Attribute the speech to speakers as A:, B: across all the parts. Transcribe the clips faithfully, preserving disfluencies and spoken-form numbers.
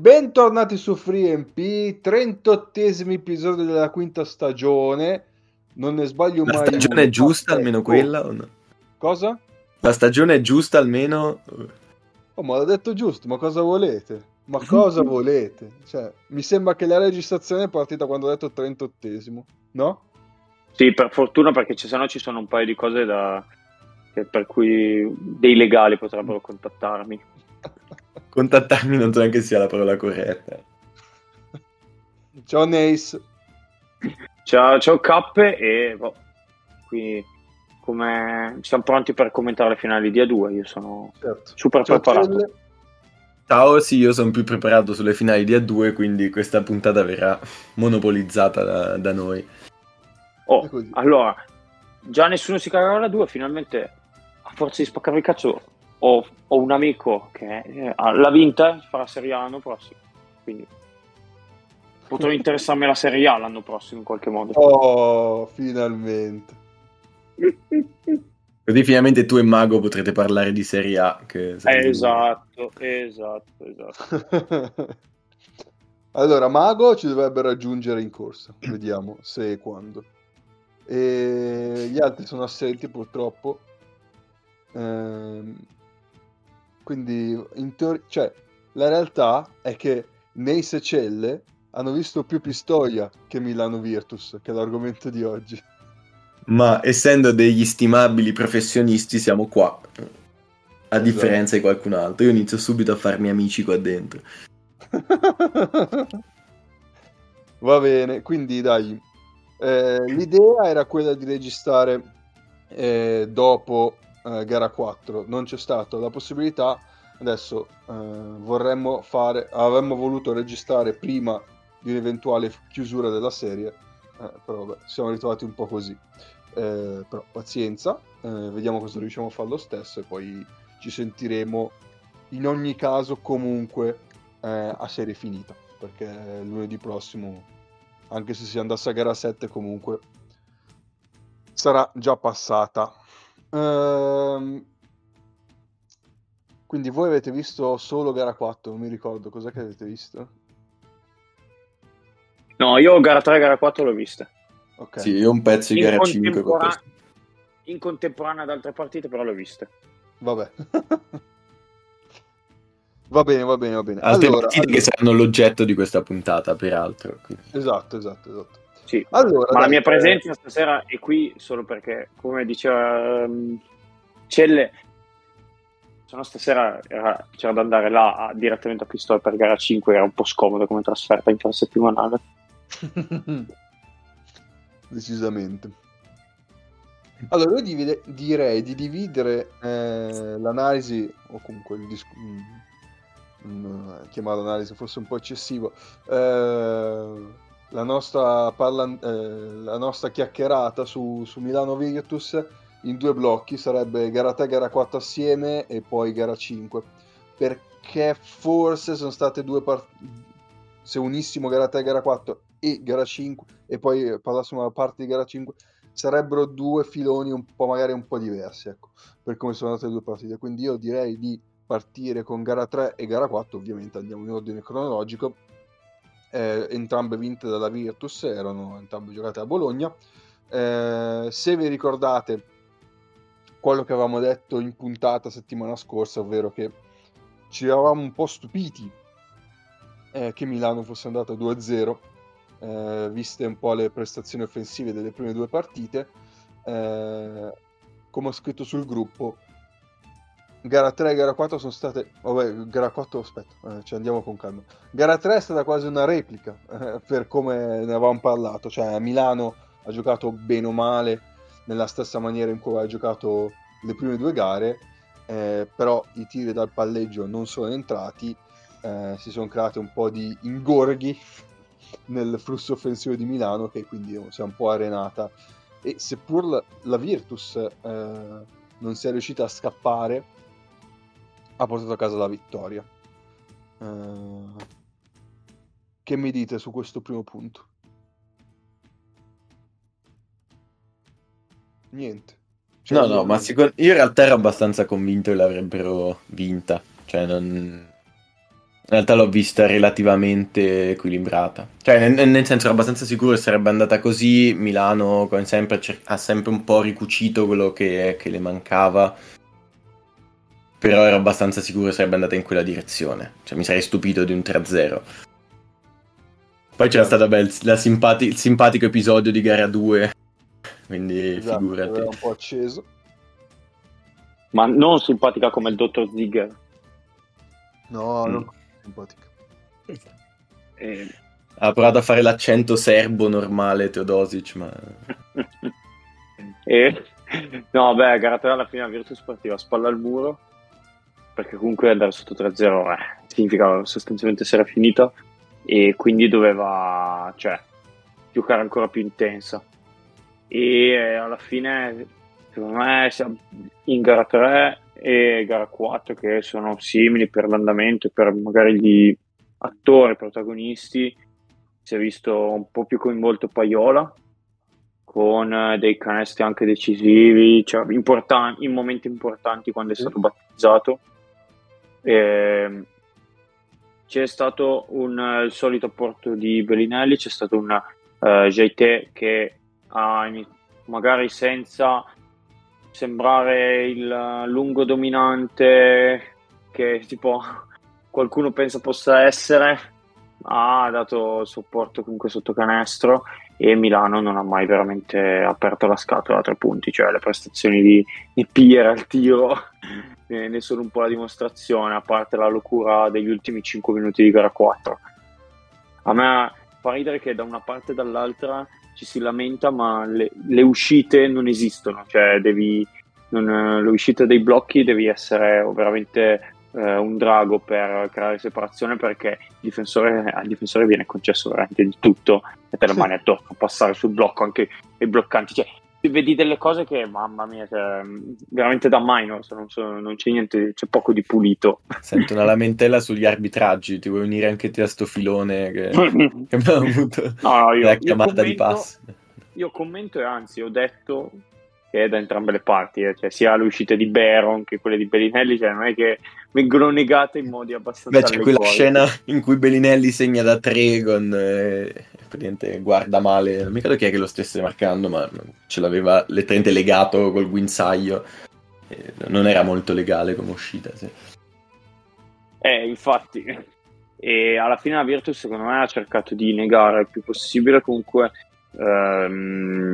A: bentornati su FreeMP, trentottesimo episodio della quinta stagione. Non ne sbaglio
B: La
A: mai
B: stagione
A: uno.
B: è giusta,
A: Ah,
B: almeno
A: oh.
B: quella o no?
A: Cosa?
B: La stagione è giusta almeno?
A: Oh, ma l'ho detto giusto, ma cosa volete? Ma cosa volete? Cioè, mi sembra che la registrazione è partita quando ho detto trentottesimo, no?
C: Sì, per fortuna, perché se no ci sono un paio di cose da... che- per cui dei legali potrebbero contattarmi.
B: Contattarmi non so neanche sia la parola corretta.
A: Ciao Nace.
C: Ciao, ciao Cappe e boh, qui come siamo pronti per commentare le finali di A due, io sono
A: Certo.
C: super
A: Ciao
C: preparato.
A: Celle.
B: Ciao, sì, io sono più preparato sulle finali di A due, quindi questa puntata verrà monopolizzata da, da noi.
A: È
C: Oh,
A: così.
C: allora, già nessuno si caga la due, finalmente a forza di spaccarmi il cazzo ho, ho un amico che eh, l'ha vinta, farà Serie A l'anno prossimo, quindi potrò interessarmi alla Serie A l'anno prossimo in qualche modo.
A: Oh, finalmente.
B: Così finalmente tu e Mago potrete parlare di Serie A. Che sarebbe
C: Esatto, esatto, esatto.
A: Allora, Mago ci dovrebbe raggiungere in corsa, vediamo se e quando. E gli altri sono assenti purtroppo. Ehm, quindi, in teoria, cioè, la realtà è che Neis e Celle hanno visto più Pistoia che Milano Virtus, che è l'argomento di oggi.
B: Ma essendo degli stimabili professionisti siamo qua, a
A: Esatto.
B: differenza di qualcun altro. Io inizio subito a farmi amici qua dentro.
A: Va bene, quindi dai, eh, l'idea era quella di registrare eh, dopo eh, gara quattro, non c'è stata la possibilità, adesso eh, vorremmo fare, avremmo voluto registrare prima di un'eventuale chiusura della serie, eh, però vabbè, ci siamo ritrovati un po' così, eh, però pazienza, eh, vediamo cosa riusciamo a fare lo stesso e poi ci sentiremo in ogni caso comunque eh, a serie finita, perché lunedì prossimo, anche se si andasse a gara sette, comunque sarà già passata. Ehm, quindi voi avete visto solo gara quattro, non mi ricordo cos'è che avete visto.
C: No, io gara tre e gara quattro l'ho vista.
A: Ok.
B: Sì, io un pezzo di
C: In,
B: gara cinque con
C: contempora-
B: questo.
C: in contemporanea ad altre partite, però l'ho vista.
A: Vabbè. Va bene, va bene, va bene.
B: Altre
A: Allora,
B: partite
A: allora.
B: che saranno l'oggetto di questa puntata, peraltro. Quindi.
A: Esatto, esatto, esatto.
C: Sì,
A: Allora,
C: ma
A: dai,
C: la mia
A: eh,
C: presenza stasera è qui solo perché, come diceva um, Celle, se no stasera era- c'era da andare là a- direttamente a Pistoia per gara cinque, era un po' scomodo come trasferta in classe settimanale.
A: Decisamente. Allora, io divide- direi di dividere eh, l'analisi, o comunque il disc- mm, mm, chiamare analisi forse un po' eccessivo, eh, la nostra, parlan- eh, la nostra chiacchierata su, su Milano Virtus in due blocchi, sarebbe gara tre, gara quattro assieme e poi gara cinque, perché forse sono state due partite, se unissimo gara tre, gara quattro e gara cinque e poi parlassimo della parte di gara cinque, sarebbero due filoni un po' magari un po' diversi, ecco, per come sono andate le due partite. Quindi io direi di partire con gara tre e gara quattro, ovviamente andiamo in ordine cronologico, eh, entrambe vinte dalla Virtus, erano entrambe giocate a Bologna. Eh, se vi ricordate quello che avevamo detto in puntata settimana scorsa, ovvero che ci eravamo un po' stupiti eh, che Milano fosse andata due a zero, eh, viste un po' le prestazioni offensive delle prime due partite. Eh, come ho scritto sul gruppo, gara tre e gara quattro sono state, vabbè, gara quattro, aspetta, eh, ci andiamo con calma. Gara tre è stata quasi una replica, eh, per come ne avevamo parlato, cioè Milano ha giocato bene o male nella stessa maniera in cui aveva giocato le prime due gare, eh, però i tiri dal palleggio non sono entrati, eh, si sono creati un po' di ingorghi nel flusso offensivo di Milano, che quindi si è un po' arenata, e seppur la, la Virtus eh, non sia riuscita a scappare, ha portato a casa la vittoria. Uh, che mi dite su questo primo punto? Niente. Cioè,
B: No,
A: io...
B: no, ma secondo... io in realtà ero abbastanza convinto che l'avrebbero vinta. Cioè, non... realtà l'ho vista relativamente equilibrata. Cioè, nel, nel senso, ero abbastanza sicuro che sarebbe andata così. Milano, come sempre, cer- ha sempre un po' ricucito quello che, che le mancava. Però ero abbastanza sicuro che sarebbe andata in quella direzione. Cioè, mi sarei stupito di un tre a zero. Poi c'era
A: Certo.
B: stato beh, il, la simpati- il simpatico episodio di gara due. Quindi,
A: Esatto,
B: figurati.
A: era un po' acceso.
C: Ma non simpatica come il dottor Ziegler.
A: No,
B: Mm.
A: non simpatica.
C: Eh,
B: Ha provato a fare l'accento serbo normale Teodosic, ma...
C: e... No, beh, gara tre alla fine la Virtus partiva a spalla al muro, perché comunque andare sotto tre a zero eh, significa sostanzialmente essere finita, e quindi doveva, cioè, giocare ancora più intensa. E eh, alla fine, secondo me, siamo in gara tre e gara quattro, che sono simili per l'andamento e per magari gli attori protagonisti, si è visto un po' più coinvolto Paiola, con eh, dei canestri anche decisivi, cioè importan- in momenti importanti quando è
A: Sì.
C: stato battezzato. E c'è stato un, eh, il solito apporto di Bellinelli, c'è stato un uh, J T che ha ini- magari senza sembrare il uh, lungo dominante che tipo qualcuno pensa possa essere, ha dato supporto comunque sotto canestro, e Milano non ha mai veramente aperto la scatola a tre punti, cioè le prestazioni di, di Pier al tiro ne, ne sono un po' la dimostrazione, a parte la locura degli ultimi cinque minuti di gara quattro. A me fa ridere che da una parte e dall'altra ci si lamenta, ma le, le uscite non esistono, cioè devi non, le uscite dei blocchi devi essere veramente eh, un drago per creare separazione, perché il difensore, al difensore viene concesso veramente di tutto, mettere le mani addosso, passare sul blocco, anche i bloccanti, cioè vedi delle cose che mamma mia, cioè, veramente da minor, non, so, non c'è niente, c'è poco di pulito.
B: Sento una lamentela sugli arbitraggi, ti vuoi unire anche te a sto filone che, che abbiamo avuto
C: no, no, io,
B: la
C: io
B: chiamata
C: commento,
B: di pass.
C: Io commento e anzi ho detto che è da entrambe le parti, eh, cioè sia le uscite di Baron che quelle di Bellinelli, cioè non è che vengono negate in modi abbastanza
B: Beh, c'è quella
C: allegorici.
B: scena in cui Bellinelli segna da tre con eh, praticamente guarda male, non mi ricordo chi è che lo stesse marcando, ma ce l'aveva letteralmente legato col guinzaglio. Eh, non era molto legale come uscita, sì.
C: Eh, infatti, e alla fine la Virtus secondo me ha cercato di negare il più possibile comunque ehm,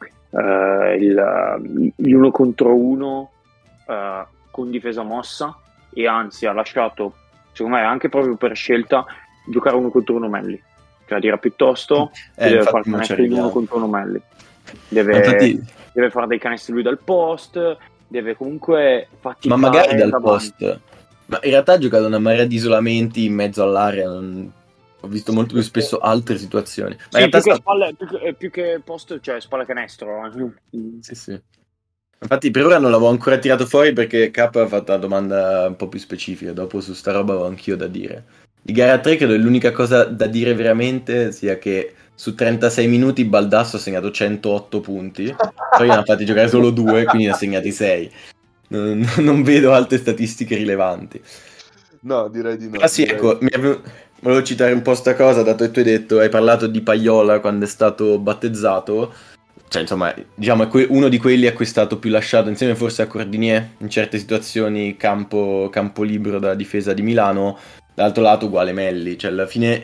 C: eh, il, l'uno contro uno eh, con difesa mossa, e anzi ha lasciato, secondo me anche proprio per scelta, giocare uno contro uno Melli, cioè dirà piuttosto
B: Eh,
C: che deve
B: infatti
C: fare
B: non ci
C: canestri di uno
B: arriviamo.
C: contro uno Melli, deve,
B: Infatti,
C: deve fare dei canestri lui dal post, deve comunque faticare
B: ma magari dal
C: davanti.
B: post. Ma in realtà ha giocato una marea di isolamenti in mezzo all'area. Non... Ho visto molto più spesso altre situazioni. Ma
C: Sì,
B: in
C: più
B: realtà
C: che,
B: sta...
C: spalle, più, che, più che post, cioè spalla canestro.
B: Sì, sì. Infatti per ora non l'avevo ancora tirato fuori perché K ha fatto una domanda un po' più specifica. Dopo su sta roba avevo anch'io da dire. Di gara tre credo che l'unica cosa da dire veramente sia che su trentasei minuti Baldasso ha segnato centootto punti. Poi ne ha fatti giocare solo due, quindi ne ha segnati sei. Non, non vedo altre statistiche rilevanti.
A: No, direi di no.
B: Ah sì,
A: direi-
B: ecco, mi ave- volevo citare un po' sta cosa, dato che tu hai detto, hai parlato di Paiola quando è stato battezzato, cioè insomma, diciamo è que- uno di quelli a cui è stato più lasciato, insieme forse a Cordinier, in certe situazioni campo, campo libero dalla difesa di Milano, dall'altro lato uguale Melli, cioè alla fine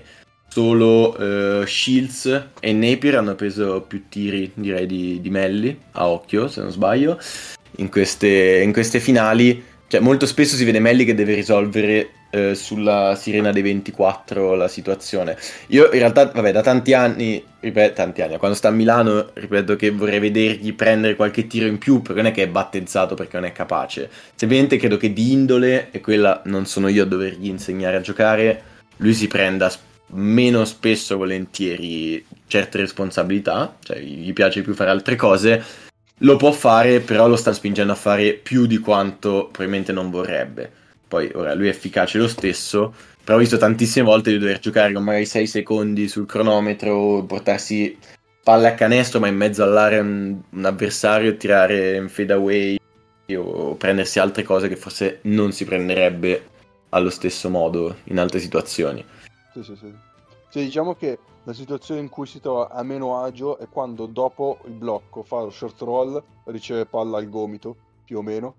B: solo eh, Shields e Napier hanno preso più tiri, direi, di, di Melli, a occhio se non sbaglio, in queste, in queste finali. Cioè, molto spesso si vede Melli che deve risolvere eh, sulla sirena dei ventiquattro la situazione. Io in realtà, vabbè, da tanti anni, ripeto, tanti anni, quando sta a Milano, ripeto che vorrei vedergli prendere qualche tiro in più, perché non è che è battezzato perché non è capace. Semplicemente credo che di indole, e quella non sono io a dovergli insegnare a giocare, lui si prenda sp- meno spesso volentieri certe responsabilità, cioè gli piace più fare altre cose. Lo può fare, però lo sta spingendo a fare più di quanto probabilmente non vorrebbe. Poi, ora, lui è efficace lo stesso, però ho visto tantissime volte di dover giocare con magari sei secondi sul cronometro, portarsi palle a canestro, ma in mezzo all'area un, un avversario, tirare in fade away o prendersi altre cose che forse non si prenderebbe allo stesso modo in altre situazioni.
A: Sì, sì, sì. Cioè, diciamo che la situazione in cui si trova a meno agio è quando dopo il blocco fa lo short roll, riceve palla al gomito, più o meno,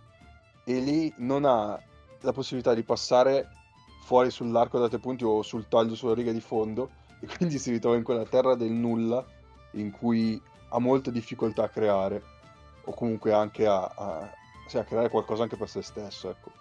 A: e lì non ha la possibilità di passare fuori sull'arco da tre punti o sul taglio sulla riga di fondo, e quindi si ritrova in quella terra del nulla in cui ha molte difficoltà a creare, o comunque anche a, a, sì, a creare qualcosa anche per se stesso, ecco.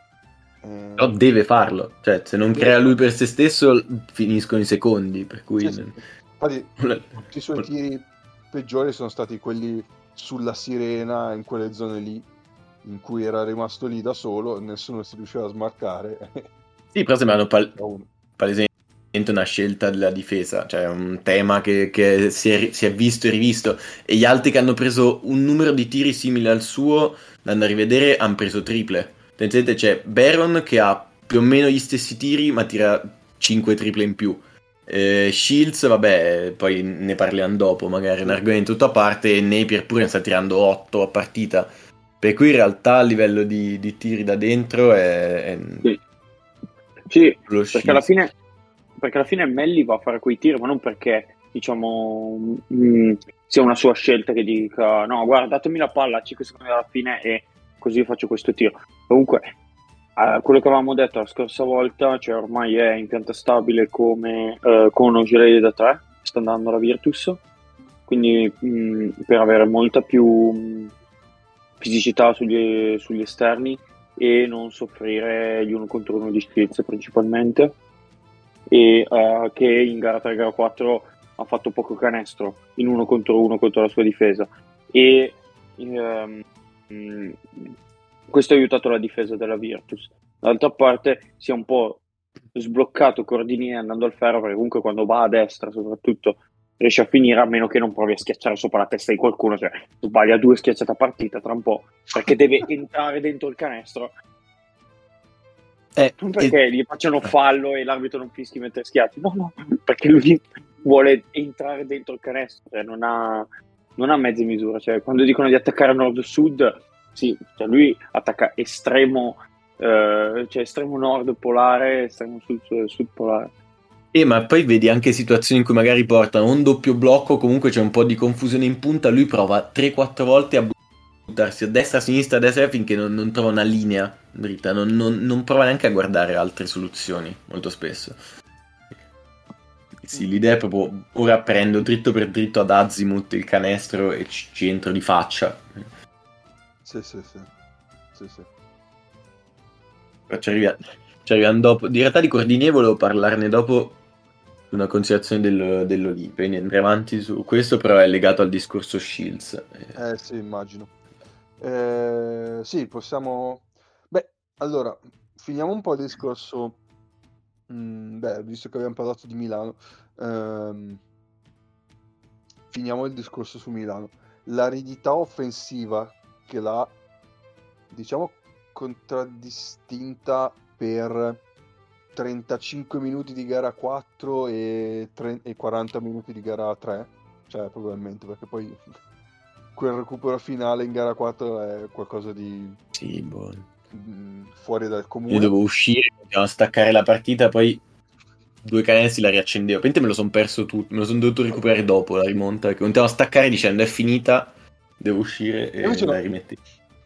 A: Eh,
B: Però deve farlo, cioè se non
A: deve
B: crea lui
A: farlo.
B: per se stesso finiscono i secondi, per cui...
A: Sì, sì. Infatti tutti i suoi tiri peggiori sono stati quelli sulla sirena, in quelle zone lì in cui era rimasto lì da solo, nessuno si riusciva a smarcare.
B: Sì, però sembrano pal-
A: Da uno.
B: palesemente una scelta della difesa, cioè un tema che, che si, è, si è visto e rivisto, e gli altri che hanno preso un numero di tiri simile al suo, andando a rivedere, hanno preso triple. Tenete, c'è Baron che ha più o meno gli stessi tiri, ma tira cinque triple in più. Eh, Shields, vabbè, poi ne parliamo dopo, magari
A: Sì.
B: un argomento tutto a parte, e Napier pure ne sta tirando otto a partita. Per cui in realtà a livello di, di tiri da dentro è... è
C: Sì, sì
B: lo
C: perché alla
B: Shields.
C: fine perché alla fine Melli va a fare quei tiri, ma non perché, diciamo, mh, sia una sua scelta che dica no, guarda, datemi la palla a cinque secondi alla fine e così faccio questo tiro. Comunque, eh, quello che avevamo detto la scorsa volta, cioè ormai è in pianta stabile come eh, con uno Gelei da tre, sta andando la Virtus, quindi mh, per avere molta più mh, fisicità sugli, sugli esterni e non soffrire gli uno contro uno di Shields principalmente, e uh, che in gara tre gara quattro ha fatto poco canestro in uno contro uno contro la sua difesa, e um, mh, questo ha aiutato la difesa della Virtus. D'altra parte si è un po' sbloccato Cordinier andando al ferro, perché comunque quando va a destra soprattutto riesce a finire, a meno che non provi a schiacciare sopra la testa di qualcuno, cioè sbaglia due schiacciate a partita tra un po', perché deve entrare dentro il canestro.
B: Eh,
C: Non perché
B: eh,
C: gli facciano fallo e l'arbitro non fischi mentre schiacci, no, no, perché lui vuole entrare dentro il canestro, cioè non ha, non ha mezze misure. Cioè, quando dicono di attaccare nord-sud, sì, cioè lui attacca estremo, eh, cioè estremo nord polare, estremo sud, sud polare.
B: Eh, ma poi vedi anche situazioni in cui magari portano un doppio blocco, comunque c'è un po' di confusione in punta, lui prova tre quattro volte a buttarsi a destra, a sinistra, a destra, finché non, non trova una linea dritta, non, non- non prova neanche a guardare altre soluzioni, molto spesso. Sì, l'idea è proprio, ora prendo dritto per dritto ad azimuth il canestro e ci, ci entro di faccia.
A: Sì, sì, sì. Sì, sì.
B: Però ci arriviamo, ci arriviamo dopo. In realtà di Cordinier volevo parlarne dopo, una considerazione del, dell'Olimpia, quindi andremo avanti su questo, però è legato al discorso Shields.
A: Eh sì, immagino. Eh, sì, possiamo... Beh, allora, finiamo un po' il discorso... Mm, beh, visto che abbiamo parlato di Milano, ehm, finiamo il discorso su Milano. L'aridità offensiva che l'ha, diciamo, contraddistinta per trentacinque minuti di gara quattro e, tre- e quaranta minuti di gara tre, cioè probabilmente, perché poi quel recupero finale in gara quattro è qualcosa di
B: Sì, boh.
A: mm, fuori dal
B: Io
A: comune.
B: dovevo uscire, dobbiamo staccare la partita, poi due canestri la riaccendevo. Pente me lo sono perso tutto, me lo sono dovuto recuperare dopo la rimonta, che continuavo a staccare dicendo è finita, devo uscire
A: E
B: e
A: invece no.
B: la rimettevo.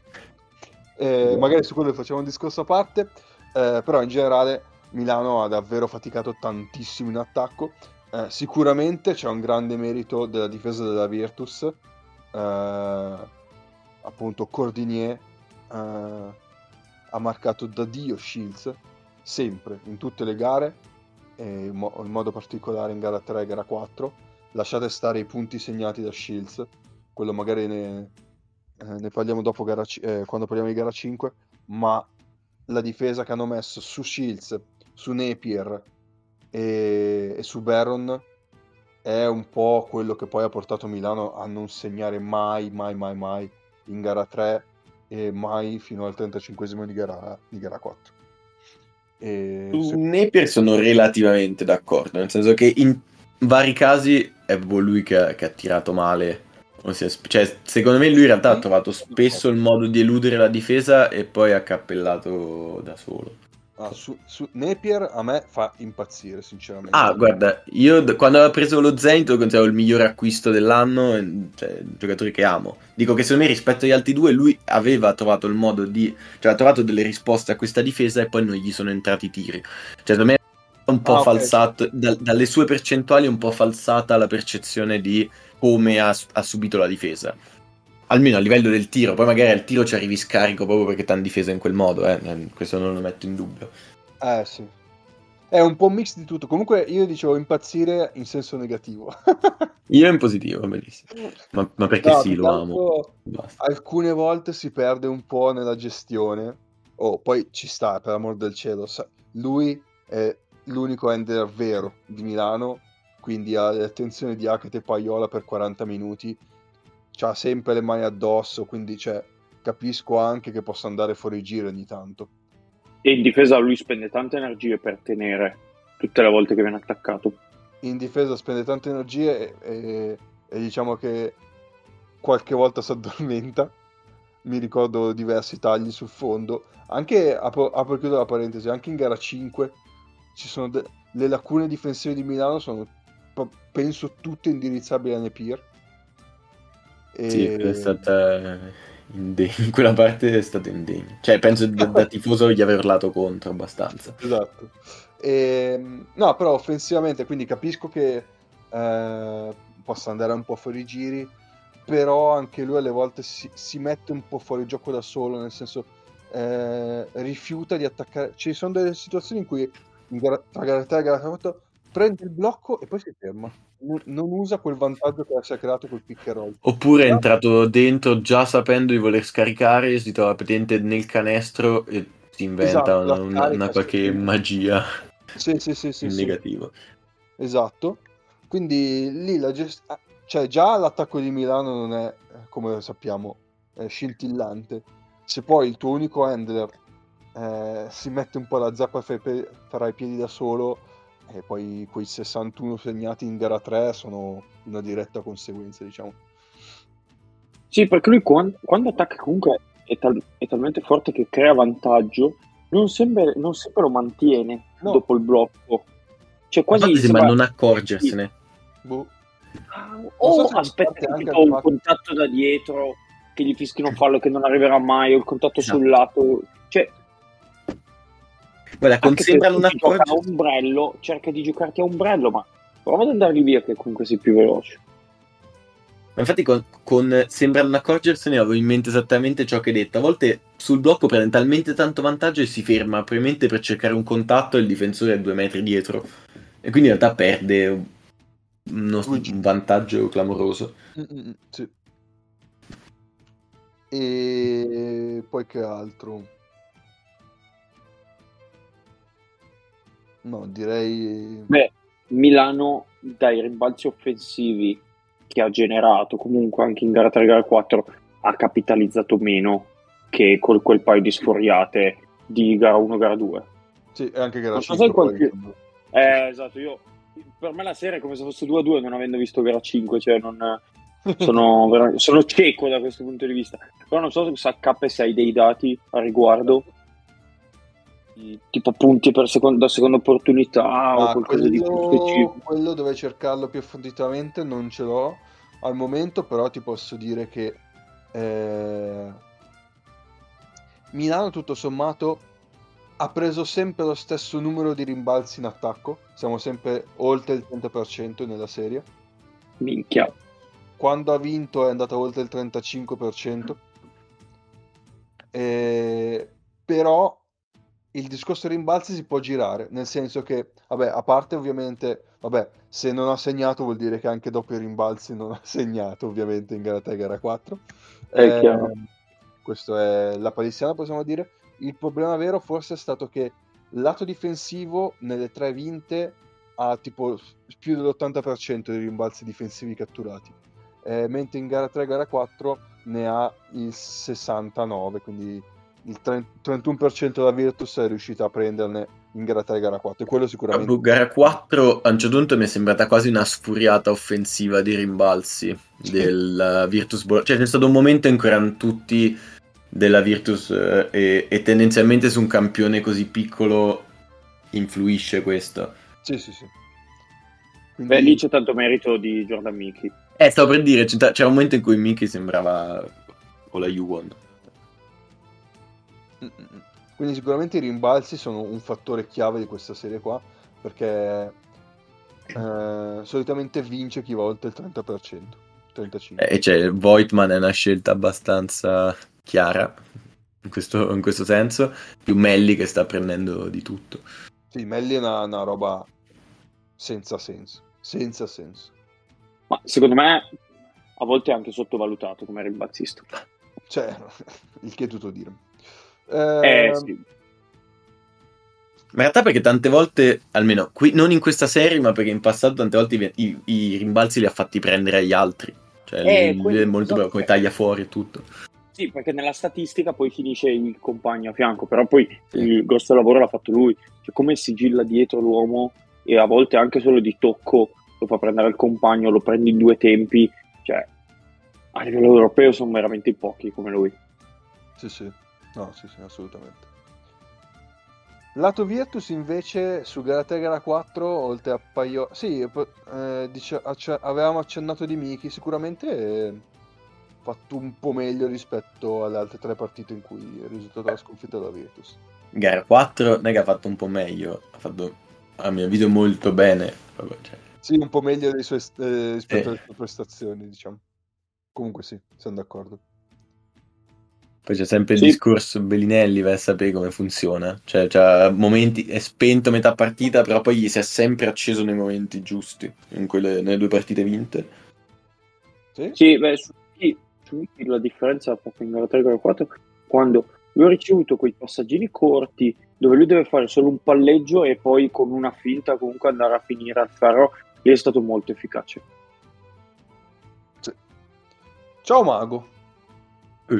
A: Eh, magari su quello facciamo un discorso a parte, eh, però in generale Milano ha davvero faticato tantissimo in attacco. Eh, sicuramente c'è un grande merito della difesa della Virtus, eh, appunto Cordinier eh, ha marcato da Dio Shields sempre, in tutte le gare, e in, mo- in modo particolare in gara tre e gara quattro. Lasciate stare i punti segnati da Shields, quello magari ne, eh, ne parliamo dopo gara ci- eh, quando parliamo di gara cinque, ma la difesa che hanno messo su Shields, su Napier e, e su Baron è un po' quello che poi ha portato Milano a non segnare mai, mai, mai, mai in gara tre e mai fino al trentacinquesimo di gara, di gara quattro. E
B: Su
A: se-
B: Napier sono relativamente d'accordo, nel senso che in vari casi è proprio lui che ha, che ha tirato male. Ossia, sp- cioè, secondo me lui in realtà ha trovato spesso il modo di eludere la difesa e poi ha cappellato da solo.
A: Ah, su, su Napier a me fa impazzire, sinceramente.
B: Ah, guarda, io d- quando aveva preso lo Zenit lo consideravo il migliore acquisto dell'anno, e- cioè un giocatore che amo. Dico che secondo me rispetto agli altri due lui aveva trovato il modo di, cioè ha trovato delle risposte a questa difesa e poi non gli sono entrati i tiri. Cioè secondo me è un po'
A: Ah, ok,
B: falsato, da- dalle sue percentuali è un po' falsata la percezione di come ha, ha subito la difesa. Almeno a livello del tiro, poi magari al tiro ci arrivi scarico proprio perché ti hanno difeso in quel modo, eh. eh, questo non lo metto in dubbio.
A: Eh sì. È un po' un mix di tutto. Comunque io dicevo impazzire in senso negativo.
B: Io in positivo, benissimo. Ma, ma perché
A: No,
B: sì,
A: più che
B: lo amo.
A: altro
B: Basta.
A: alcune volte si perde un po' nella gestione. Oh, poi ci sta, per amor del cielo. sa- Lui è l'unico ender vero di Milano, quindi ha l'attenzione di Hackett e Paiola per quaranta minuti. C'ha sempre le mani addosso, quindi cioè, capisco anche che possa andare fuori giro ogni tanto.
C: E in difesa lui spende tante energie per tenere tutte le volte che viene attaccato.
A: In difesa spende tante energie e, e- e diciamo che qualche volta si addormenta. Mi ricordo diversi tagli sul fondo. Anche, apro, apro e chiudo la parentesi, anche in gara cinque ci sono de- le lacune difensive di Milano sono, po- penso, tutte indirizzabili a Napier.
B: Sì, è
A: E...
B: stata indegna. In quella parte è stato indegno. Cioè, penso da, da tifoso gli aver urlato contro abbastanza.
A: Esatto. E, no, però offensivamente, quindi capisco che eh, possa andare un po' fuori giri, però anche lui alle volte si, si mette un po' fuori gioco da solo, nel senso eh, rifiuta di attaccare. Ci sono delle situazioni in cui in gara, tra gara tre e gara quattro prende il blocco e poi si ferma. Non, non usa quel vantaggio che si è creato col pick and roll.
B: Oppure è entrato dentro già sapendo di voler scaricare, si trova praticamente nel canestro e si inventa
A: Esatto,
B: una,
A: la
B: una- una
A: scarica.
B: qualche
A: Sì,
B: magia
A: sì, sì, sì, sì,
B: in
A: sì.
B: negativo.
A: Esatto, quindi lì la gestione, cioè già l'attacco di Milano non è, eh, come sappiamo, eh, scintillante. Se poi il tuo unico handler eh, si mette un po' la zappa fra i, pe- fra i piedi da solo, e poi quei sessantuno segnati in gara tre sono una diretta conseguenza, diciamo.
C: Sì, perché lui quando, quando attacca comunque è, tal- è talmente forte che crea vantaggio, non sempre, non sempre lo mantiene
A: No.
C: dopo il blocco. Cioè
B: A volte
C: quasi
B: sembra
C: sembra...
B: non accorgersene.
A: Boh.
C: Ah,
A: Non
C: o
A: so se fa
C: aspetta
A: parte anche
C: tipo
A: del
C: un
A: fatto-
C: contatto da dietro che gli fischino fallo che non arriverà mai, o il contatto
B: Esatto.
C: sul lato. Cioè,
B: Guarda, con
C: anche
B: sembra
C: se
B: non
C: tu ti gioca a
B: accorgersi.
C: ombrello, cerca di giocarti a ombrello, ma prova ad andargli via che comunque sei più veloce.
B: Ma infatti con, con sembra non accorgersene avevo in mente esattamente ciò che hai detto. A volte sul blocco prende talmente tanto vantaggio e si ferma, probabilmente per cercare un contatto e il difensore è due metri dietro. E quindi in realtà perde uno- un vantaggio clamoroso.
A: Mm-mm, sì. E poi che altro? No, direi...
C: Beh, Milano dai rimbalzi offensivi che ha generato comunque anche in gara tre e gara quattro ha capitalizzato meno che con quel paio di sforiate di gara uno gara due.
A: Sì, e anche gara
C: Non so
A: cinque
C: se
A: poi,
C: qualche-
A: insomma.
C: Eh, esatto, io per me la serie è come se fosse due a due non avendo visto gara cinque, cioè non sono, vera- sono cieco da questo punto di vista. Però non so se H se hai dei dati a riguardo, tipo punti per seconda, seconda opportunità o
A: Ah,
C: qualcosa di più
A: quello,
C: specifico.
A: quello dove cercarlo più approfonditamente non ce l'ho al momento, però ti posso dire che eh, Milano tutto sommato ha preso sempre lo stesso numero di rimbalzi in attacco, siamo sempre oltre il trenta per cento nella serie.
C: Minchia.
A: Quando ha vinto è andata oltre il trentacinque per cento. Eh, però il discorso rimbalzi si può girare, nel senso che, vabbè, a parte ovviamente, vabbè, se non ha segnato vuol dire che anche dopo i rimbalzi non ha segnato, ovviamente, in gara tre e gara quattro.
C: È
A: Eh,
C: chiaro.
A: questo è la palissiana, possiamo dire. Il problema vero forse è stato che lato difensivo nelle tre vinte ha tipo più dell'ottanta per cento di rimbalzi difensivi catturati, eh, mentre in gara tre e gara quattro ne ha il sessantanove, quindi il trentuno per cento della Virtus è riuscita a prenderne in gara tre e gara quattro, e quello sicuramente...
B: Dopo gara quattro a un certo punto mi è sembrata quasi una sfuriata offensiva di rimbalzi del uh, Virtus Bologna. Cioè c'è stato un momento in cui erano tutti della Virtus eh, e, e tendenzialmente su un campione così piccolo influisce questo.
A: Sì, sì, sì. Quindi...
C: Beh, lì c'è tanto merito di Jordan Mickey.
B: Eh, stavo per dire, c'era un momento in cui Mickey sembrava o la Juwon.
A: Quindi sicuramente i rimbalzi sono un fattore chiave di questa serie qua, perché eh, solitamente vince chi va oltre il trenta per cento, trentacinque per cento.
B: E cioè, Voigtman è una scelta abbastanza chiara in questo, in questo senso, più Melli che sta prendendo di tutto.
A: Sì, Melli è una, una roba senza senso, senza senso.
C: Ma secondo me a volte è anche sottovalutato come rimbalzista.
A: Cioè, il che è tutto dire.
C: Eh,
A: Eh,
C: sì.
B: Ma in realtà perché tante volte, almeno qui, non in questa serie, ma perché in passato tante volte i, i, i rimbalzi li ha fatti prendere agli altri. Cioè,
C: Eh,
B: lui
C: quello-
B: è molto
C: esatto.
B: bravo, come taglia fuori e tutto.
C: Sì, perché nella statistica poi finisce il compagno a fianco, però poi
B: Sì.
C: il grosso lavoro l'ha fatto lui. Cioè, come sigilla dietro l'uomo e a volte anche solo di tocco lo fa prendere il compagno, lo prende in due tempi. Cioè, a livello europeo sono veramente pochi come lui.
A: Sì, sì, no, sì, sì, assolutamente. Lato Virtus invece su gara tre e gara quattro, oltre a Paio... Sì, eh, dice- acce- avevamo accennato di Miki, sicuramente eh, fatto un po' meglio rispetto alle altre tre partite in cui è risultata la sconfitta della Virtus.
B: Gara quattro non è che ha fatto un po' meglio, ha fatto a mio avviso molto bene. Proprio, cioè.
A: Sì, un po' meglio dei suoi, eh, rispetto
B: Eh.
A: alle sue prestazioni, diciamo. Comunque sì, sono d'accordo.
B: Poi c'è sempre il
C: Sì.
B: discorso Bellinelli, vai a sapere come funziona. Cioè, c'ha momenti, è spento metà partita, però poi gli si è sempre acceso nei momenti giusti, in quelle, nelle due partite vinte.
A: Sì?
C: Sì, beh, su Mickey, su Mickey la differenza proprio in gara tre e gara quattro, quando lui ha ricevuto quei passaggini corti dove lui deve fare solo un palleggio e poi con una finta comunque andare a finire al ferro, lì è stato molto efficace.
A: Sì. Ciao Mago.
B: Eh.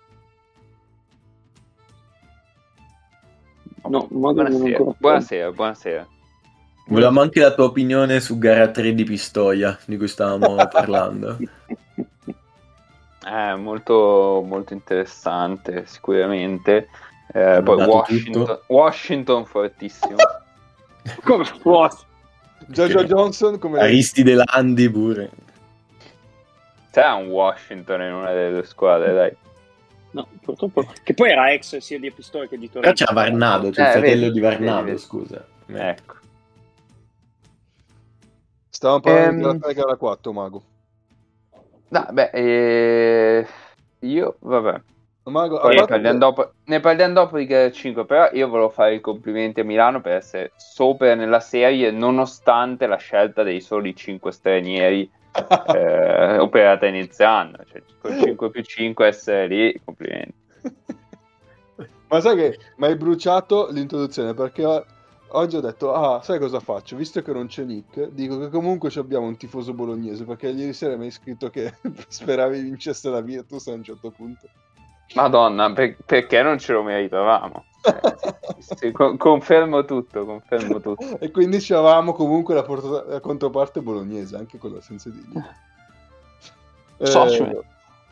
C: No, Mago non è
D: Buonasera,
C: ancora
D: buonasera, buonasera.
B: Volevamo anche la tua opinione su gara tre di Pistoia, di cui stavamo parlando.
D: È molto, molto interessante, sicuramente. Eh,
B: Hanno
D: poi
B: dato
D: Washington,
B: tutto.
D: Washington fortissimo.
C: Come può?
A: Jojo Johnson come...
B: Aristide Landi pure.
D: C'è un Washington in una delle due squadre, dai.
C: No, purtroppo. Che poi era ex sia di Pistoia che di Torino.
B: Però c'era Varnado, c'è il
D: Eh,
B: fratello
D: vedi,
B: di Varnado,
D: vedi, vedi.
B: scusa.
D: Ecco.
A: Stavamo parlando
D: Ehm.
A: di gara tre e gara quattro, Mago.
D: No, beh, eh, io, vabbè.
A: Mago, a
D: Poi ne
A: parte
D: parliamo,
A: che-
D: dopo, ne parliamo dopo di gara cinque, però io volevo fare i complimenti a Milano per essere sopra nella serie nonostante la scelta dei soli cinque stranieri eh, operata inizio anno, cioè con cinque più cinque essere lì, complimenti.
A: Ma sai che mi hai bruciato l'introduzione, perché o- oggi ho detto, ah, sai cosa faccio? Visto che non c'è Nick, dico che comunque ci abbiamo un tifoso bolognese, perché ieri sera mi hai scritto che speravi vincesse la Virtus a un certo punto.
D: Madonna, per- perché non ce lo meritavamo? Eh, sì, sì, con- confermo tutto, confermo tutto.
A: E quindi avevamo comunque la, porta- la controparte bolognese, anche quella senza di Nick.
C: Socio.
A: Eh,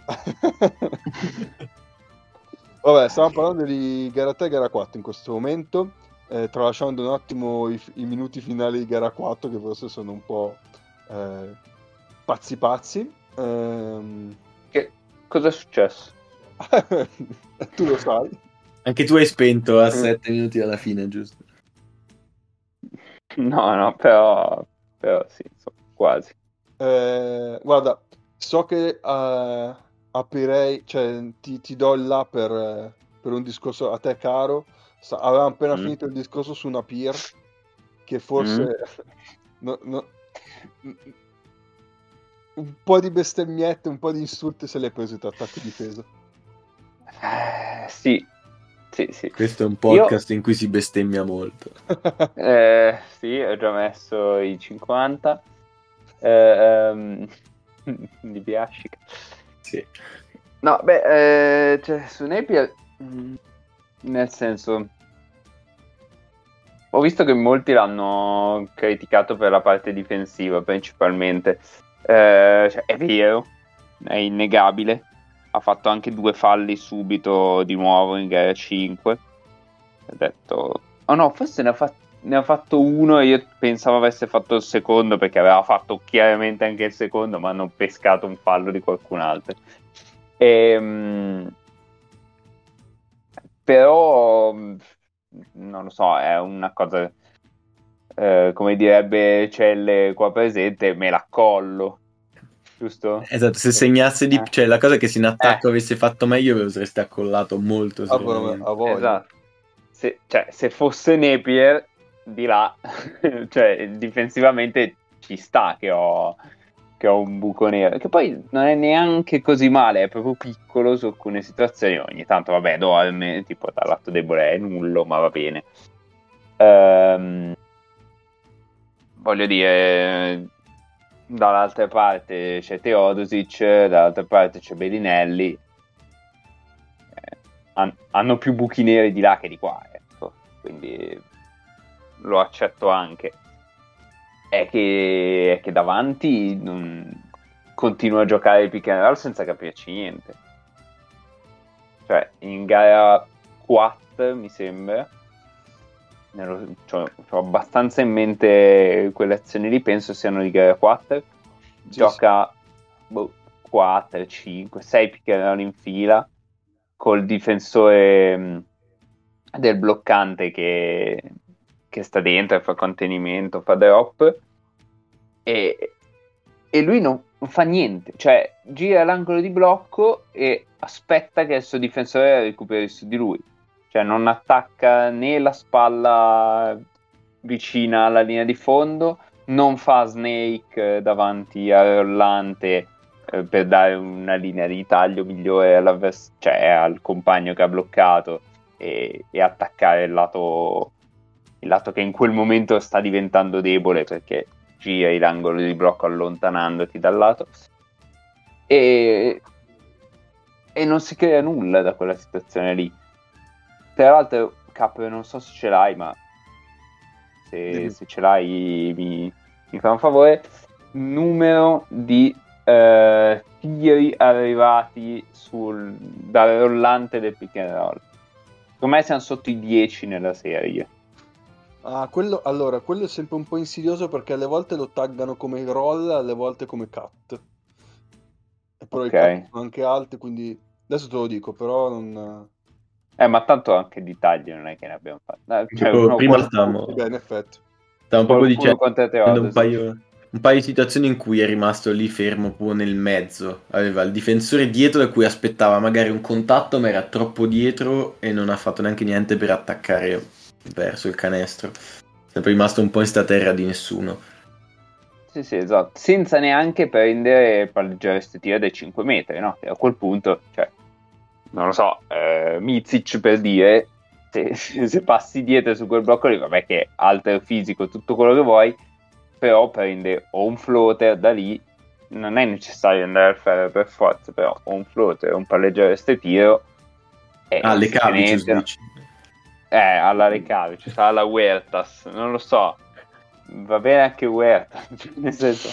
A: Vabbè, stiamo parlando di gara tre e gara quattro in questo momento, eh, tralasciando un attimo i, i minuti finali di gara quattro, che forse sono un po' eh, pazzi pazzi. Ehm...
D: Che cosa è successo?
A: Tu lo sai.
B: Anche tu hai spento a sette minuti alla fine, giusto?
D: No, no, però, però sì, insomma, quasi.
A: Eh, guarda, so che eh, aprirei, cioè ti, ti do il là per, eh, per un discorso a te caro. Sa- avevamo appena
D: Mm.
A: finito il discorso su una peer che forse no- no- un po' di bestemmiette, un po' di insulti se le hai presi tra attacco e difesa.
D: Eh, sì, sì, sì.
B: Questo è un podcast in cui si bestemmia molto.
D: Eh, sì, ho già messo i cinquanta. Eh, ehm, di Biascica.
B: Sì.
D: No, beh, eh, cioè, su Napier, mh, nel senso, ho visto che molti l'hanno criticato per la parte difensiva, principalmente. Eh, cioè, è vero, è innegabile. ha fatto anche due falli subito di nuovo in gara cinque. Ho detto, oh no, forse ne ha, fat- ne ha fatto uno e io pensavo avesse fatto il secondo, perché aveva fatto chiaramente anche il secondo, ma hanno pescato un fallo di qualcun altro. E, però non lo so, è una cosa, eh, come direbbe Celle qua presente, me la collo, giusto?
B: Esatto, se segnasse di...
D: Eh.
B: Cioè, la cosa è che se in attacco
D: Eh.
B: avesse fatto meglio, ve lo sareste accollato molto
A: Ah, però,
B: serenamente.
A: a voglia.
D: Esatto. Se, cioè, se fosse Napier di là, cioè difensivamente ci sta che ho, che ho un buco nero, che poi non è neanche così male, è proprio piccolo su alcune situazioni. Ogni tanto, vabbè, dorme, tipo dal lato debole è nullo, ma va bene. Ehm, voglio dire, dall'altra parte c'è Teodosic, dall'altra parte c'è Bellinelli. Han- hanno più buchi neri di là che di qua, ecco. Quindi lo accetto anche. È che, è che davanti non... continua a giocare il pick and roll senza capirci niente. Cioè, in gara quattro, mi sembra, ho abbastanza in mente quelle azioni lì, penso siano di gara quattro. Sì, gioca sì. Boh, quattro, cinque, sei pick and roll in fila, col difensore mh, del bloccante che, che sta dentro, fa contenimento, fa drop, e, e lui non, non fa niente, cioè gira l'angolo di blocco e aspetta che il suo difensore recuperi su di lui, cioè non attacca né la spalla vicina alla linea di fondo, non fa snake davanti a Rollante per dare una linea di taglio migliore cioè al compagno che ha bloccato e, e attaccare il lato il lato che in quel momento sta diventando debole, perché giri l'angolo di blocco allontanandoti dal lato e, e non si crea nulla da quella situazione lì. Tra l'altro, Cap, non so se ce l'hai, ma se, se ce l'hai mi, mi fa un favore, numero di Uh, tiri arrivati sul, dal rollante del pick and roll. Secondo me siamo sotto i dieci nella serie.
A: Ah, quello, allora, quello è sempre un po' insidioso, perché alle volte lo taggano come roll, alle volte come cut. E però okay. I cut sono anche alti, quindi adesso te lo dico, però non...
D: Eh, ma tanto anche di tagli non è che ne abbiamo fatto. Cioè,
B: oh,
D: uno,
B: prima
D: qualcuno,
B: stavamo...
A: Beh, in effetti.
B: Stavamo proprio dicendo un
D: sì.
B: paio... un paio di situazioni in cui è rimasto lì fermo proprio nel mezzo, aveva il difensore dietro da cui aspettava magari un contatto, ma era troppo dietro e non ha fatto neanche niente per attaccare verso il canestro, è sempre rimasto un po' in sta terra di nessuno.
D: Sì, sì, esatto, senza neanche prendere palleggiare queste tira dai cinque metri, no? E a quel punto, cioè, non lo so, eh, Micic per dire, se, se passi dietro su quel blocco lì, vabbè che alter fisico, tutto quello che vuoi, però prende o un floater da lì, non è necessario andare al ferro per forza, però o un floater o un palleggiare ste tiro e
B: ah, le Cavicius dici?
D: Eh, alla Recavicius, alla Huertas, non lo so, va bene anche Huertas, nel senso,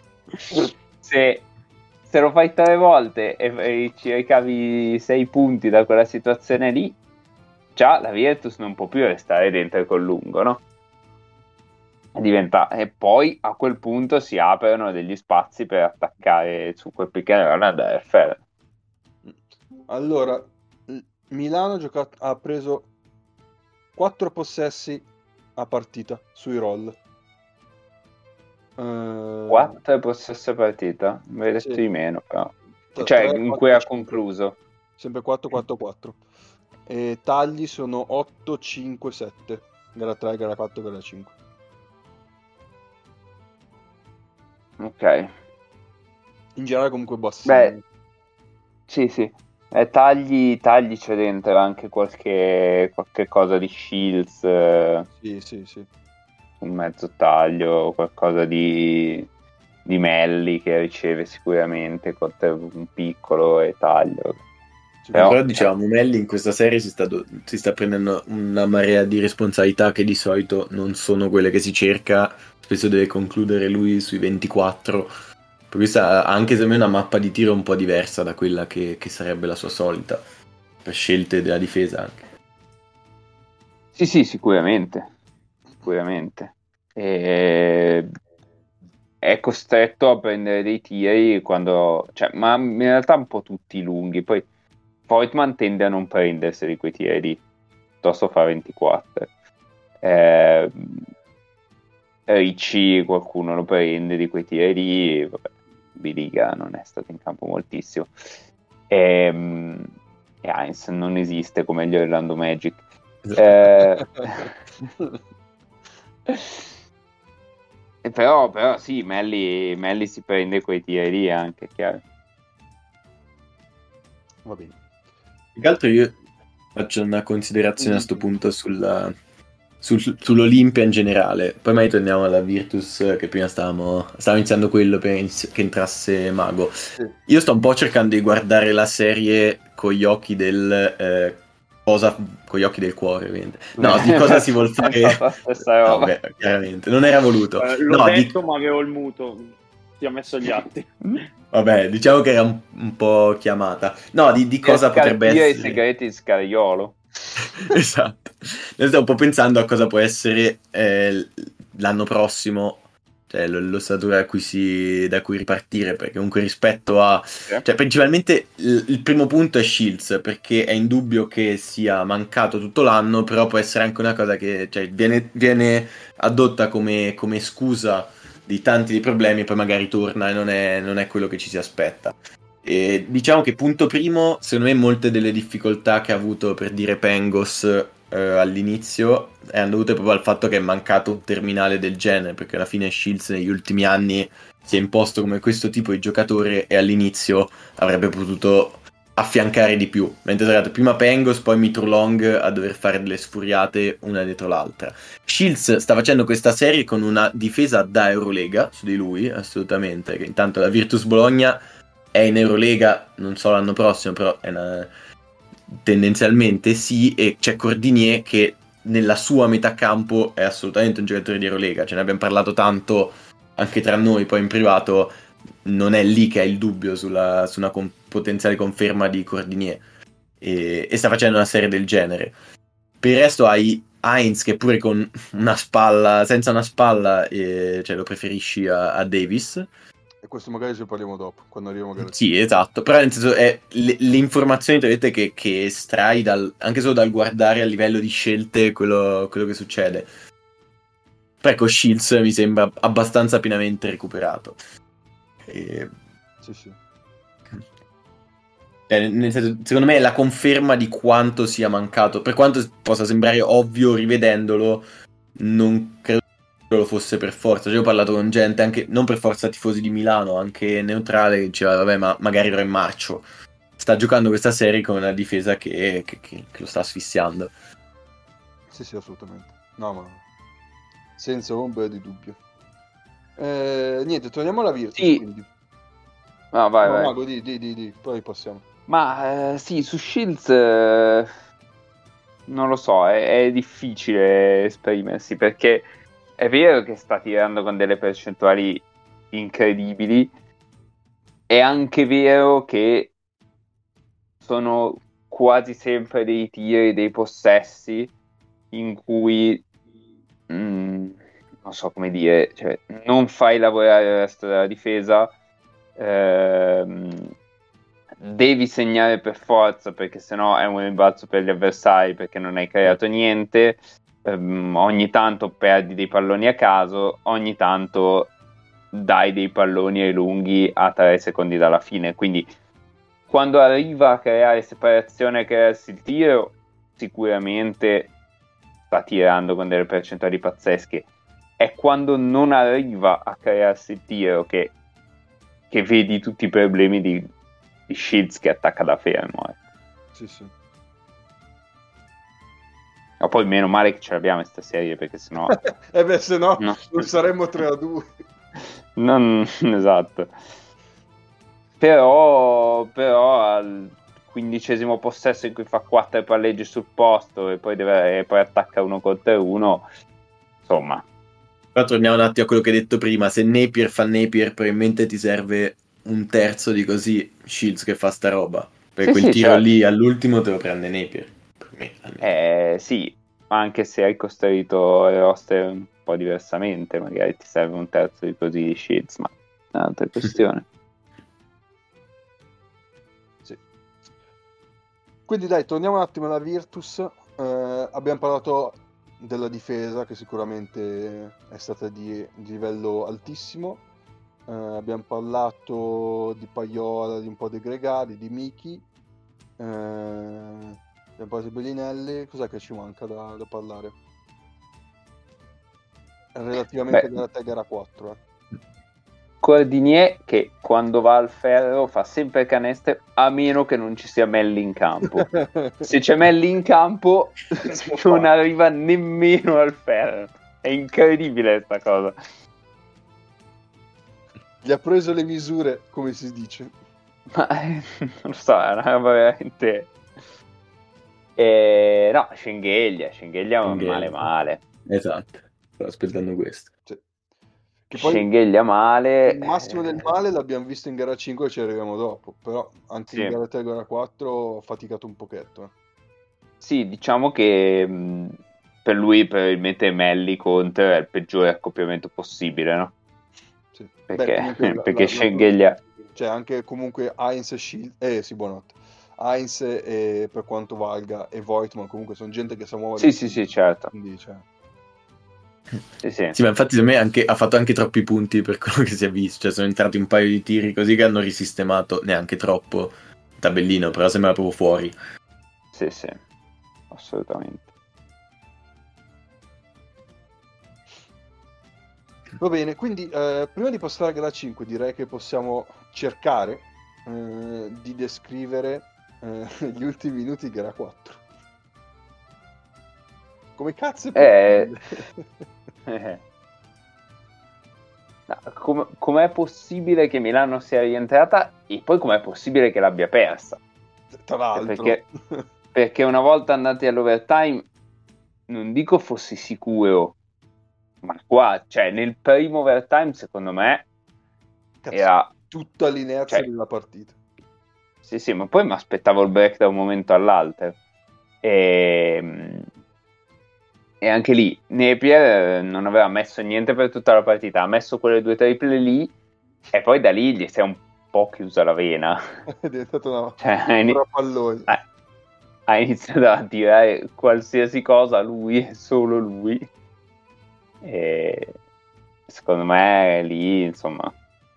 D: se, se lo fai tre volte e, e ci ricavi sei punti da quella situazione lì, già la Virtus non può più restare dentro col lungo, no? Diventa, e poi a quel punto si aprono degli spazi per attaccare su quel pick and roll e andare al ferro.
A: Allora, Milano ha, giocato, ha preso quattro possessi a partita sui roll. Uh,
D: quattro possessi a partita? Mi hai detto
A: sì.
D: di meno, però.
A: T-
D: cioè,
A: tre,
D: in
A: quattro,
D: cui ha
A: cinque.
D: concluso.
A: Sempre quattro quattro quattro. E tagli sono otto cinque sette. Gara tre, gara quattro, gara cinque.
D: Ok.
A: In generale comunque bassi.
D: Beh, sì, sì. Eh, tagli, tagli c'è dentro anche qualche, qualche cosa di Shields. Eh,
A: sì, sì, sì.
D: Un mezzo taglio, qualcosa di, di Melli che riceve sicuramente con un piccolo e taglio.
B: Sì, però, però diciamo, Melli in questa serie si sta, do- si sta prendendo una marea di responsabilità che di solito non sono quelle che si cerca. Spesso deve concludere lui sui ventiquattro, questa anche secondo me è una mappa di tiro un po' diversa da quella che, che sarebbe la sua solita, per scelte della difesa anche.
D: Sì, sì, sicuramente, sicuramente. E... è costretto a prendere dei tiri quando, cioè, ma in realtà un po' tutti lunghi. Poi Voigtman tende a non prenderseli quei tiri lì, piuttosto fa ventiquattro. Eh, Ricci qualcuno lo prende di quei tiri lì, vabbè, Biliga non è stato in campo moltissimo. E, e Heinz non esiste come gli Orlando Magic. Eh, però, però sì, Melli, Melli si prende quei tiri lì anche, chiaro.
A: Va bene.
B: Più che altro io faccio una considerazione a sto punto sulla, sul, sull'Olimpia in generale, poi mai torniamo alla Virtus, che prima stavamo, stavamo iniziando quello per inizi- che entrasse Mago.
A: Sì.
B: Io sto un po' cercando di guardare la serie con gli occhi del eh, cosa, con gli occhi del cuore, ovviamente. No, di cosa si vuol fare.
D: È stata la stessa
B: No,
D: roba.
B: beh, chiaramente, non era voluto.
C: Eh, l'ho
B: No,
C: detto,
B: di-
C: ma avevo il muto. Ti ha messo gli atti.
B: Vabbè, diciamo che era un, un po' chiamata. No, di, di cosa potrebbe
D: Scalpire i
B: essere.
D: segreti di Scariolo.
B: Esatto. Io stavo un po' pensando a cosa può essere eh, l'anno prossimo, cioè l- l'ossatura a cui si, da cui ripartire, perché comunque rispetto a...
D: Sì.
B: Cioè, principalmente il, il primo punto è Shields, perché è indubbio che sia mancato tutto l'anno, però può essere anche una cosa che cioè, viene, viene adotta come, come scusa di tanti dei problemi e poi magari torna e non è, non è quello che ci si aspetta. E diciamo che punto primo, secondo me molte delle difficoltà che ha avuto per dire Pengos eh, all'inizio erano dovute proprio al fatto che è mancato un terminale del genere, perché alla fine Shields negli ultimi anni si è imposto come questo tipo di giocatore e all'inizio avrebbe potuto affiancare di più, mentre è arrivato prima Pengos, poi Mitrulong a dover fare delle sfuriate una dietro l'altra. Shields sta facendo questa serie con una difesa da Eurolega su di lui, assolutamente, che intanto la Virtus Bologna è in Eurolega, non so l'anno prossimo, però è una... tendenzialmente sì, e c'è Cordinier che nella sua metà campo è assolutamente un giocatore di Eurolega, ce ne abbiamo parlato tanto anche tra noi, poi in privato non è lì che è il dubbio sulla, su una con- potenziale conferma di Cordinier, e, e sta facendo una serie del genere. Per il resto hai Heinz che pure con una spalla, senza una spalla, eh, cioè lo preferisci a, a Davis.
A: E questo magari ci parliamo dopo, quando arriviamo a gara.
B: Sì, esatto, però nel senso è le, le informazioni vedete, che, che estrai dal, anche solo dal guardare a livello di scelte quello, quello che succede. Poi ecco, Shields mi sembra abbastanza pienamente recuperato. E...
A: Sì, sì.
B: Eh, nel senso, secondo me è la conferma di quanto sia mancato. Per quanto possa sembrare ovvio rivedendolo, non credo lo fosse per forza. Cioè, io ho parlato con gente, anche non per forza tifosi di Milano, anche neutrale, che diceva vabbè, ma magari ero in marcio. Sta giocando questa serie con una difesa che, che, che, che lo sta asfissiando.
A: Sì, sì, assolutamente. No, ma senza ombra di dubbio. Eh, niente, torniamo alla Virtus,
D: Sì.
A: quindi.
D: No, vai,
A: No,
D: vai.
A: Mago, di, di, di, di, poi passiamo.
D: Ma eh, sì, su Shields eh, non lo so, è, è difficile esprimersi, perché è vero che sta tirando con delle percentuali incredibili, è anche vero che sono quasi sempre dei tiri, dei possessi in cui mm, non so come dire, cioè, non fai lavorare il resto della difesa, ehm, devi segnare per forza, perché sennò è un rimbalzo per gli avversari, perché non hai creato niente, ehm, ogni tanto perdi dei palloni a caso, ogni tanto dai dei palloni ai lunghi a tre secondi dalla fine, quindi quando arriva a creare separazione, a crearsi il tiro, sicuramente sta tirando con delle percentuali pazzesche. È quando non arriva a crearsi il tiro che, che vedi tutti i problemi di, di Shields che attacca da fermo. Eh.
A: Sì, sì.
D: Ma poi meno male che ce l'abbiamo in questa serie, perché sennò...
A: eh beh, se no,
D: no.
A: non saremmo tre a due.
D: Non, esatto. Però, però al quindicesimo possesso in cui fa quattro palleggi sul posto e poi, deve, e poi attacca uno contro uno, insomma,
B: Però torniamo un attimo a quello che hai detto prima, se Napier fa Napier probabilmente ti serve un terzo di così Shields che fa sta roba, perché
D: Sì,
B: quel
D: sì,
B: tiro
D: certo.
B: lì all'ultimo te lo prende Napier, per me almeno.
D: Eh, sì, anche se hai costruito le roster un po' diversamente, magari ti serve un terzo di così di Shields, ma è un'altra questione.
A: Sì. Quindi dai, torniamo un attimo alla Virtus. Eh, abbiamo parlato della difesa, che sicuramente è stata di, di livello altissimo. Eh, abbiamo parlato di Paiola, di un po' di Gregari, di Miki. Eh, abbiamo parlato di Bellinelli. Cos'è che ci manca da, da parlare? Relativamente
D: Beh,
A: alla tag gara quattro. Eh.
D: Cordinier che quando va al ferro fa sempre canestro a meno che non ci sia Melli in campo. Se c'è Melli in campo non arriva nemmeno al ferro. È incredibile questa cosa.
A: Gli ha preso le misure, come si dice.
D: Ma eh, non lo so, è una roba veramente... Eh, no, Schengelia, Schengelia è un male male.
B: Esatto, sto aspettando questo.
A: Sì. Che poi
D: Schengelia male.
A: il massimo del male l'abbiamo visto in gara cinque e ci arriviamo dopo, però anche
D: Sì.
A: in gara tre e gara quattro ho faticato un pochetto. Eh.
D: Sì, diciamo che mh, per lui probabilmente Melli contro è il peggiore accoppiamento possibile, no?
A: Sì.
D: Perché,
A: Beh, la,
D: perché
A: la,
D: Schengelia...
A: la, cioè anche comunque Heinz e Schild, eh sì, buonanotte. Heinz e per quanto valga e Voigtman comunque sono gente che sa muovere.
D: Sì, sì, sì, certo.
A: Quindi, cioè...
B: Sì, sì. Sì, ma infatti secondo me anche, ha fatto anche troppi punti per quello che si è visto, cioè sono entrati un paio di tiri così che hanno risistemato neanche troppo il tabellino, però sembra proprio fuori.
D: Sì, sì, assolutamente.
A: Va bene, quindi eh, prima di passare a gara cinque direi che possiamo cercare eh, di descrivere eh, gli ultimi minuti di gara quattro. Come cazzo è possibile?
D: Eh, no, com- com'è possibile che Milano sia rientrata e poi com'è possibile che l'abbia persa?
A: Tra l'altro.
D: Perché, perché una volta andati all'overtime non dico fossi sicuro, ma qua, cioè nel primo overtime secondo me
A: Cazzo,
D: era
A: tutta l'inerzia
D: cioè,
A: della partita.
D: Sì, sì, ma poi mi aspettavo il break da un momento all'altro. E, e anche lì Napier non aveva messo niente per tutta la partita, ha messo quelle due triple lì e poi da lì gli si è un po' chiusa la vena.
A: È diventato una
D: Cioè,
A: una pallone.
D: ha, ha iniziato a tirare qualsiasi cosa a lui, solo lui. E secondo me lì, insomma,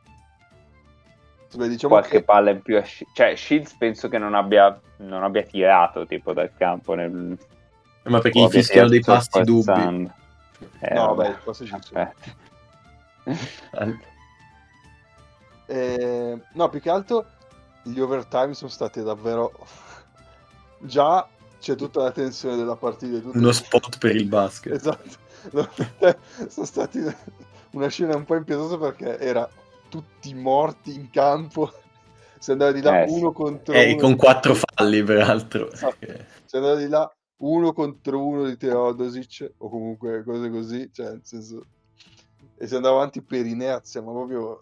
A: Beh, diciamo
D: qualche
A: che...
D: palla in più a Shields. Cioè, Shields penso che non abbia, non abbia tirato tipo dal campo nel...
B: Ma perché gli fischiano dei passi dubbi.
D: Eh,
A: no,
D: vabbè,
A: beh, passi ci sono. Eh, no, più che altro gli overtime sono stati davvero... Già c'è tutta la tensione della partita. Tutto
B: Uno
A: il...
B: spot per il basket.
A: Esatto. Sono stati una scena un po' impietosa perché era tutti morti in campo. Si andava di là
D: eh,
A: uno
D: sì.
A: contro
B: eh,
A: uno.
B: con quattro falli, peraltro.
A: Esatto. Si andava di là uno contro uno di Teodosic o comunque cose così, cioè nel senso... E si andava avanti per inerzia, ma proprio...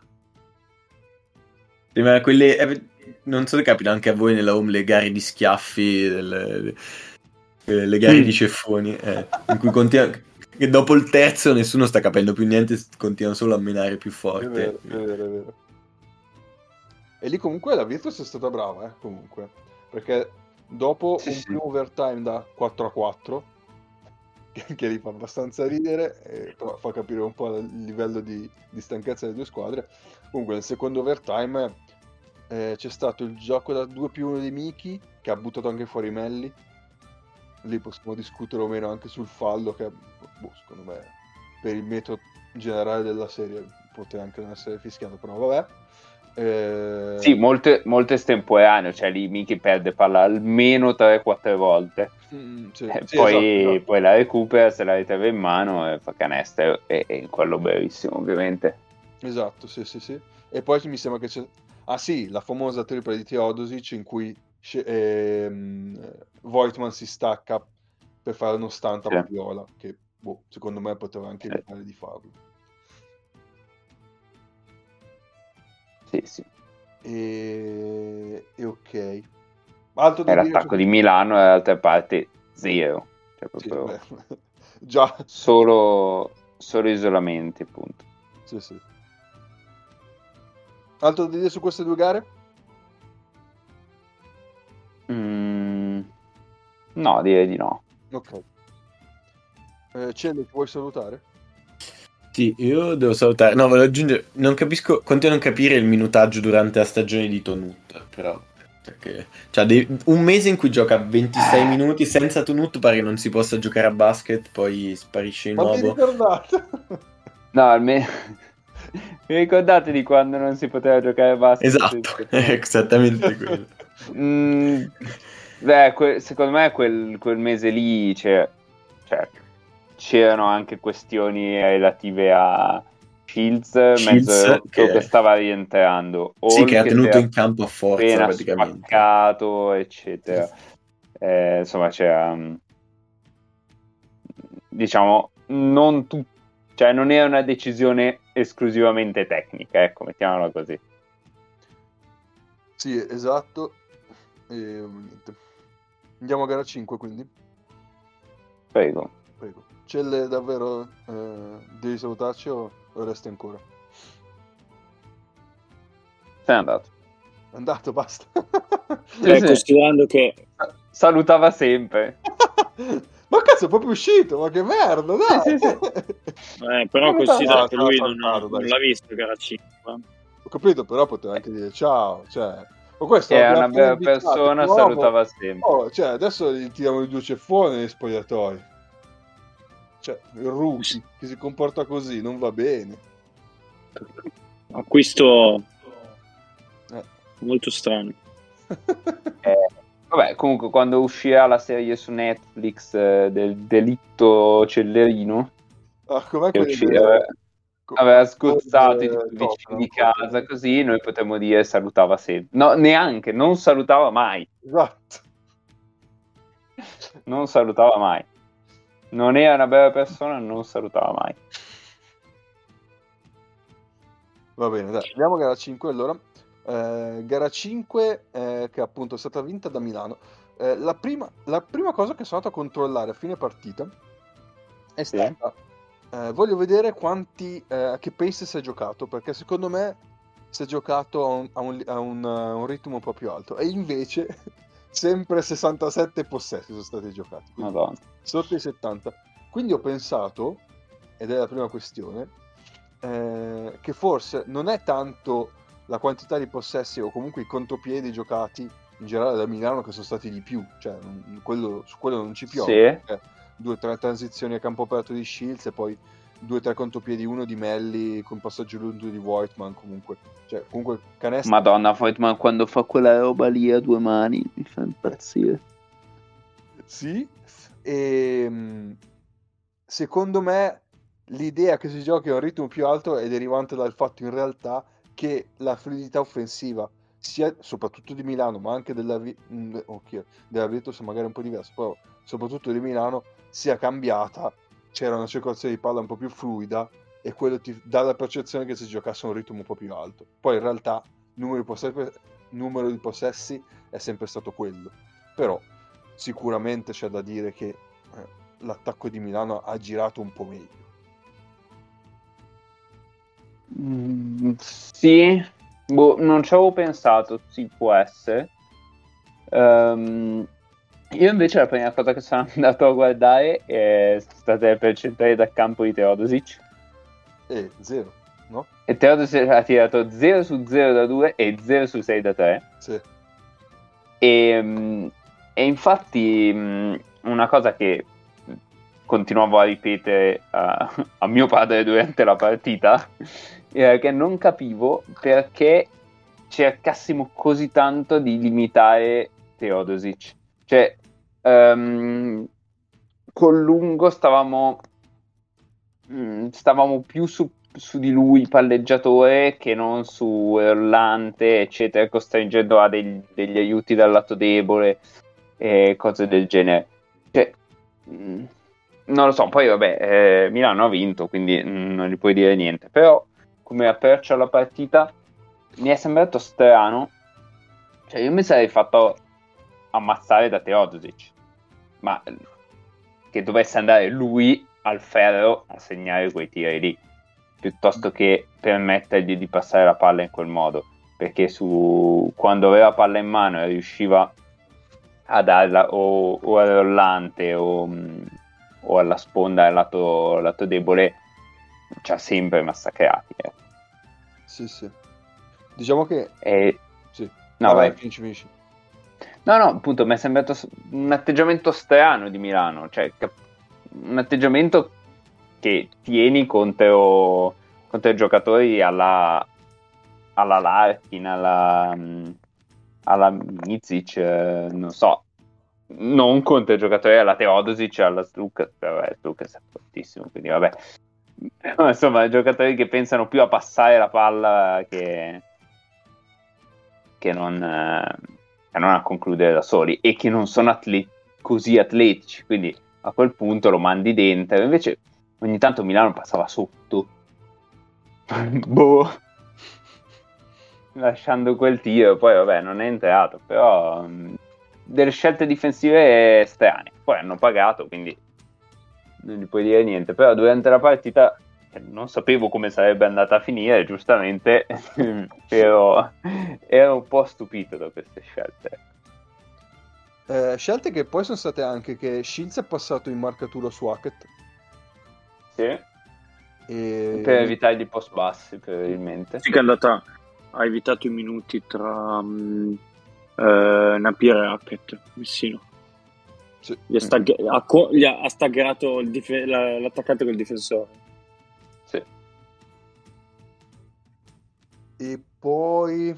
B: Sì, ma quelle, eh, non so se capita anche a voi nella home le gare di schiaffi, delle, le, le gare mm. di ceffoni, eh, in cui continua, che dopo il terzo nessuno sta capendo più niente, continua solo a menare più forte.
A: È vero, è vero, è vero. E lì comunque la Virtus è stata brava, eh, comunque, perché dopo sì, un sì. primo overtime da quattro a quattro, che, che li fa abbastanza ridere, e però fa capire un po' il livello di, di stanchezza delle due squadre. Comunque nel secondo overtime eh, c'è stato il gioco da due più uno di Miki, che ha buttato anche fuori Melli. Lì possiamo discutere o meno anche sul fallo, che boh, secondo me per il metodo generale della serie poteva anche non essere fischiato, però vabbè. Eh...
D: Sì, molto, molto estemporaneo, cioè lì Miki perde palla almeno tre quattro volte, mm, sì, eh, sì, poi, esatto, esatto. poi la recupera, se la ritrova in mano e fa canestro, e, e quello bellissimo ovviamente.
A: Esatto, sì sì sì. E poi mi sembra che c'è... Ah sì, la famosa tripla di Teodosic in cui ehm, Voigtman si stacca per fare uno stunt a Paiola, che boh, secondo me poteva anche
D: Sì.
A: evitare di farlo.
D: Sì, sì.
A: E, e ok. Altro da
D: E
A: dire su
D: l'attacco di
A: questo-
D: Milano dall'altra parte zero. Cioè
A: Sì,
D: proprio
A: beh, già,
D: solo, solo isolamenti, appunto.
A: sì, sì. Altro da dire su queste due gare?
D: Mm, no, direi di no.
A: Ok. Eh, Celle, ti vuoi salutare?
B: Sì, io devo salutare. No, volevo aggiungere. Non capisco. Continuo a non capire il minutaggio durante la stagione di Tonut. Però. Perché. Cioè, dei- un mese in cui gioca ventisei minuti senza Tonut, pare che non si possa giocare a basket, poi sparisce di
A: Ma mi
B: nuovo.
A: ricordate?
D: No, almeno... Vi ricordate di quando non si poteva giocare a basket?
B: Esatto, è esattamente quello.
D: Mm, beh, que- secondo me quel, quel mese lì c'è- cioè, c'erano anche questioni relative a Shields,
B: Shields,
D: mezzo rotto
B: che-
D: che... stava rientrando,
B: Sì,
D: Hall
B: che ha
D: che
B: tenuto
D: si era
B: in campo a forza
D: appena
B: praticamente.
D: spaccato, eccetera. Eh, insomma, c'era, mm, diciamo, non tu- cioè non era una decisione esclusivamente tecnica, ecco, mettiamola così.
A: Sì, esatto. E niente. Andiamo a gara cinque, quindi.
D: Prego.
A: Prego. Celle, davvero eh, devi salutarci o, o resti ancora?
D: Se n'è andato.
A: È andato, basta.
C: Beh,
D: sì.
C: considerando che
D: Salutava sempre.
A: Ma cazzo, è proprio uscito, ma che merda, dai!
D: Sì, sì,
C: eh, però
D: Come
C: considera
A: no,
C: che
A: no,
C: lui
A: no,
C: non,
A: no,
C: non
A: dai.
C: l'ha visto gara cinque.
A: Ho capito, però poteva anche dire ciao, cioè... Ma questo
D: Era
A: l'abbiamo
D: una
A: appena
D: bella
A: invitato,
D: persona,
A: nuovo.
D: salutava sempre.
A: Oh, cioè, adesso gli tiriamo i due ceffoni negli spogliatoi. Cioè, il rookie che si comporta così non va bene.
C: Acquisto
A: Eh.
C: molto strano.
D: Eh, vabbè, comunque quando uscirà la serie su Netflix eh, del delitto Cellerino,
A: Ah, com'è
D: che
A: quelli
D: uscirà,
A: del-
D: aveva scozzato i
A: del-
D: tuoi vicini di
A: Tottenham,
D: casa, così noi potremmo dire salutava sempre. No, neanche, non salutava mai.
A: Esatto.
D: Non salutava mai. Non era una bella persona, non salutava mai.
A: Va bene, dai, andiamo a gara cinque allora. Eh, gara cinque eh, che appunto è stata vinta da Milano. Eh, la, prima, la prima cosa che sono andato a controllare a fine partita è
D: Sì.
A: stata eh, voglio vedere quanti eh, a che pace si è giocato, perché secondo me si è giocato a un, a un- a un, eh, un ritmo un po' più alto, e invece sempre sessantasette possessi sono stati giocati, quindi
D: Madonna.
A: sotto i settanta. Quindi ho pensato, ed è la prima questione, eh, che forse non è tanto la quantità di possessi o comunque i contropiedi giocati in generale da Milano che sono stati di più, cioè non- quello- su quello non ci piove,
D: Sì.
A: perché due o tre transizioni a campo aperto di Shields e poi due o tre contropiedi, uno di Melli con passaggio lungo di Voigtman, comunque, cioè comunque canestro.
D: Madonna, Voigtman quando fa quella roba lì a due mani mi fa impazzire.
A: Sì, e mh, secondo me l'idea che si giochi a un ritmo più alto è derivante dal fatto in realtà che la fluidità offensiva, sia soprattutto di Milano, ma anche della, Vi- mh, ok, della Virtus magari un po' diverso, però soprattutto di Milano, sia cambiata, c'era una circolazione di palla un po' più fluida e quello ti dà la percezione che si giocasse a un ritmo un po' più alto. Poi in realtà numero di possessi, numero di possessi è sempre stato quello, però sicuramente c'è da dire che eh, l'attacco di Milano ha girato un po' meglio.
D: Mm, sì, boh, non ci avevo pensato, sì, può essere. Ehm, io invece la prima cosa che sono andato a guardare è stata le percentuali da campo di Teodosic.
A: E zero, no?
D: E Teodosic ha tirato zero su zero da due e zero su sei da tre.
A: Sì.
D: E, mm, e infatti mm, una cosa che continuavo a ripetere a, a mio padre durante la partita era che non capivo perché cercassimo così tanto di limitare Teodosic. Cioè, ehm, con Lungo stavamo mm, stavamo più su, su di lui palleggiatore che non su Erlante, eccetera, costringendo a dei- degli aiuti dal lato debole e cose del genere. Cioè, mm, non lo so, poi vabbè, eh, Milano ha vinto, quindi mm, non gli puoi dire niente, però come approccio alla partita mi è sembrato strano, cioè io mi sarei fatto ammazzare da Teodosic, ma che dovesse andare lui al ferro a segnare quei tiri lì, piuttosto che permettergli di passare la palla in quel modo, perché su quando aveva palla in mano e riusciva a darla o, o al rollante o, o alla sponda al lato, lato debole, ci ha sempre massacrati. Eh.
A: Sì, sì. Diciamo che...
D: E...
A: Sì.
D: No,
A: Ah,
D: vai.
A: vai, finisci, finisci.
D: No, no, appunto, mi è sembrato un atteggiamento strano di Milano, cioè cap- un atteggiamento che tieni contro, contro i giocatori alla, alla Larkin, alla, alla Mizic, eh, non so, non contro i giocatori alla Teodosic, alla Slukas, però eh, Slukas è fortissimo, quindi vabbè. Però, insomma, giocatori che pensano più a passare la palla che, che non... Eh, che non a concludere da soli e che non sono atle- così atletici, quindi a quel punto lo mandi dentro. Invece ogni tanto Milano passava sotto boh, lasciando quel tiro, poi vabbè non è entrato, però mh, delle scelte difensive strane, poi hanno pagato, quindi non gli puoi dire niente, però durante la partita non sapevo come sarebbe andata a finire, giustamente ero, ero un po' stupito da queste scelte.
A: Eh, scelte che poi sono state anche che Shields è passato in marcatura su Hackett.
D: Sì.
A: E...
D: Per evitare i post bassi, probabilmente.
C: Sì, che è andata, ha evitato i minuti tra um, eh, Napier e Hackett, Messino.
A: Sì.
C: Gli ha, stag- ha, co- gli ha, ha staggerato il dif- la- l'attaccante col difensore.
D: Sì.
A: E poi...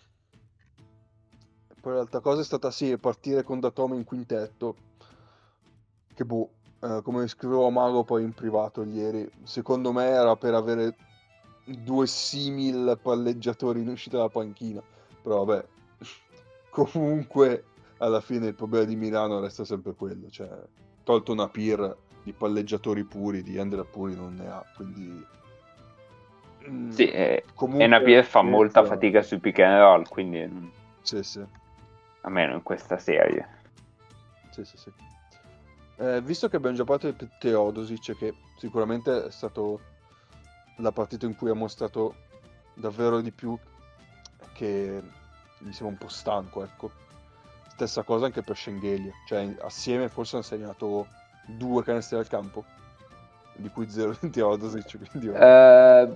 A: Poi l'altra cosa è stata sì, partire con Datome in quintetto. Che boh, eh, come scrivevo a Mago poi in privato ieri, secondo me era per avere due simil palleggiatori in uscita dalla panchina. Però vabbè, comunque alla fine il problema di Milano resta sempre quello, cioè tolto una peer di palleggiatori puri, di Andrea Puri non ne ha, quindi... Mm,
D: sì, eh,
A: comunque,
D: e Napier fa
A: eh,
D: molta
A: eh,
D: fatica sui pick and roll, quindi
A: Sì, sì.
D: almeno in questa serie.
A: Sì, sì, sì. Eh, visto che abbiamo già parlato di Teodosic, che sicuramente è stato la partita in cui ha mostrato davvero di più, che mi sembra un po' stanco, ecco. Stessa cosa anche per Schengelia, cioè assieme forse hanno segnato due canestri al campo, di cui zero di Teodosic, quindi
D: Uh,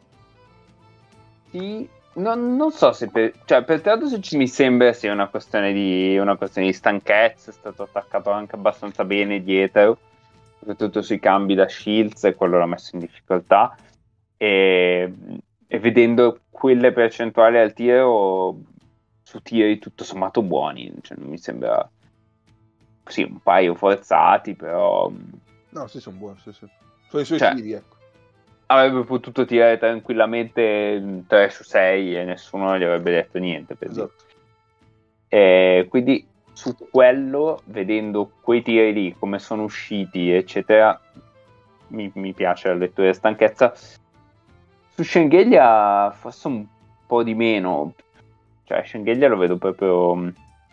D: sì, non, non so se per, cioè per Teodosic mi sembra sia una questione di una questione di stanchezza, è stato attaccato anche abbastanza bene dietro, soprattutto sui cambi da Shields, e quello l'ha messo in difficoltà, e, e vedendo quelle percentuali al tiro su tiri tutto sommato buoni, cioè non mi sembra, sì, un paio forzati, però
A: no, sì, sono buoni, sì, sì. Sono i suoi
D: cioè,
A: tiri, ecco.
D: avrebbe potuto tirare tranquillamente tre su sei e nessuno gli avrebbe detto niente, per
A: Esatto.
D: dire. E quindi su quello, vedendo quei tiri lì, come sono usciti, eccetera, mi, mi piace la lettura di stanchezza. Su Schengelia forse un po' di meno, cioè Schengelia lo vedo proprio, non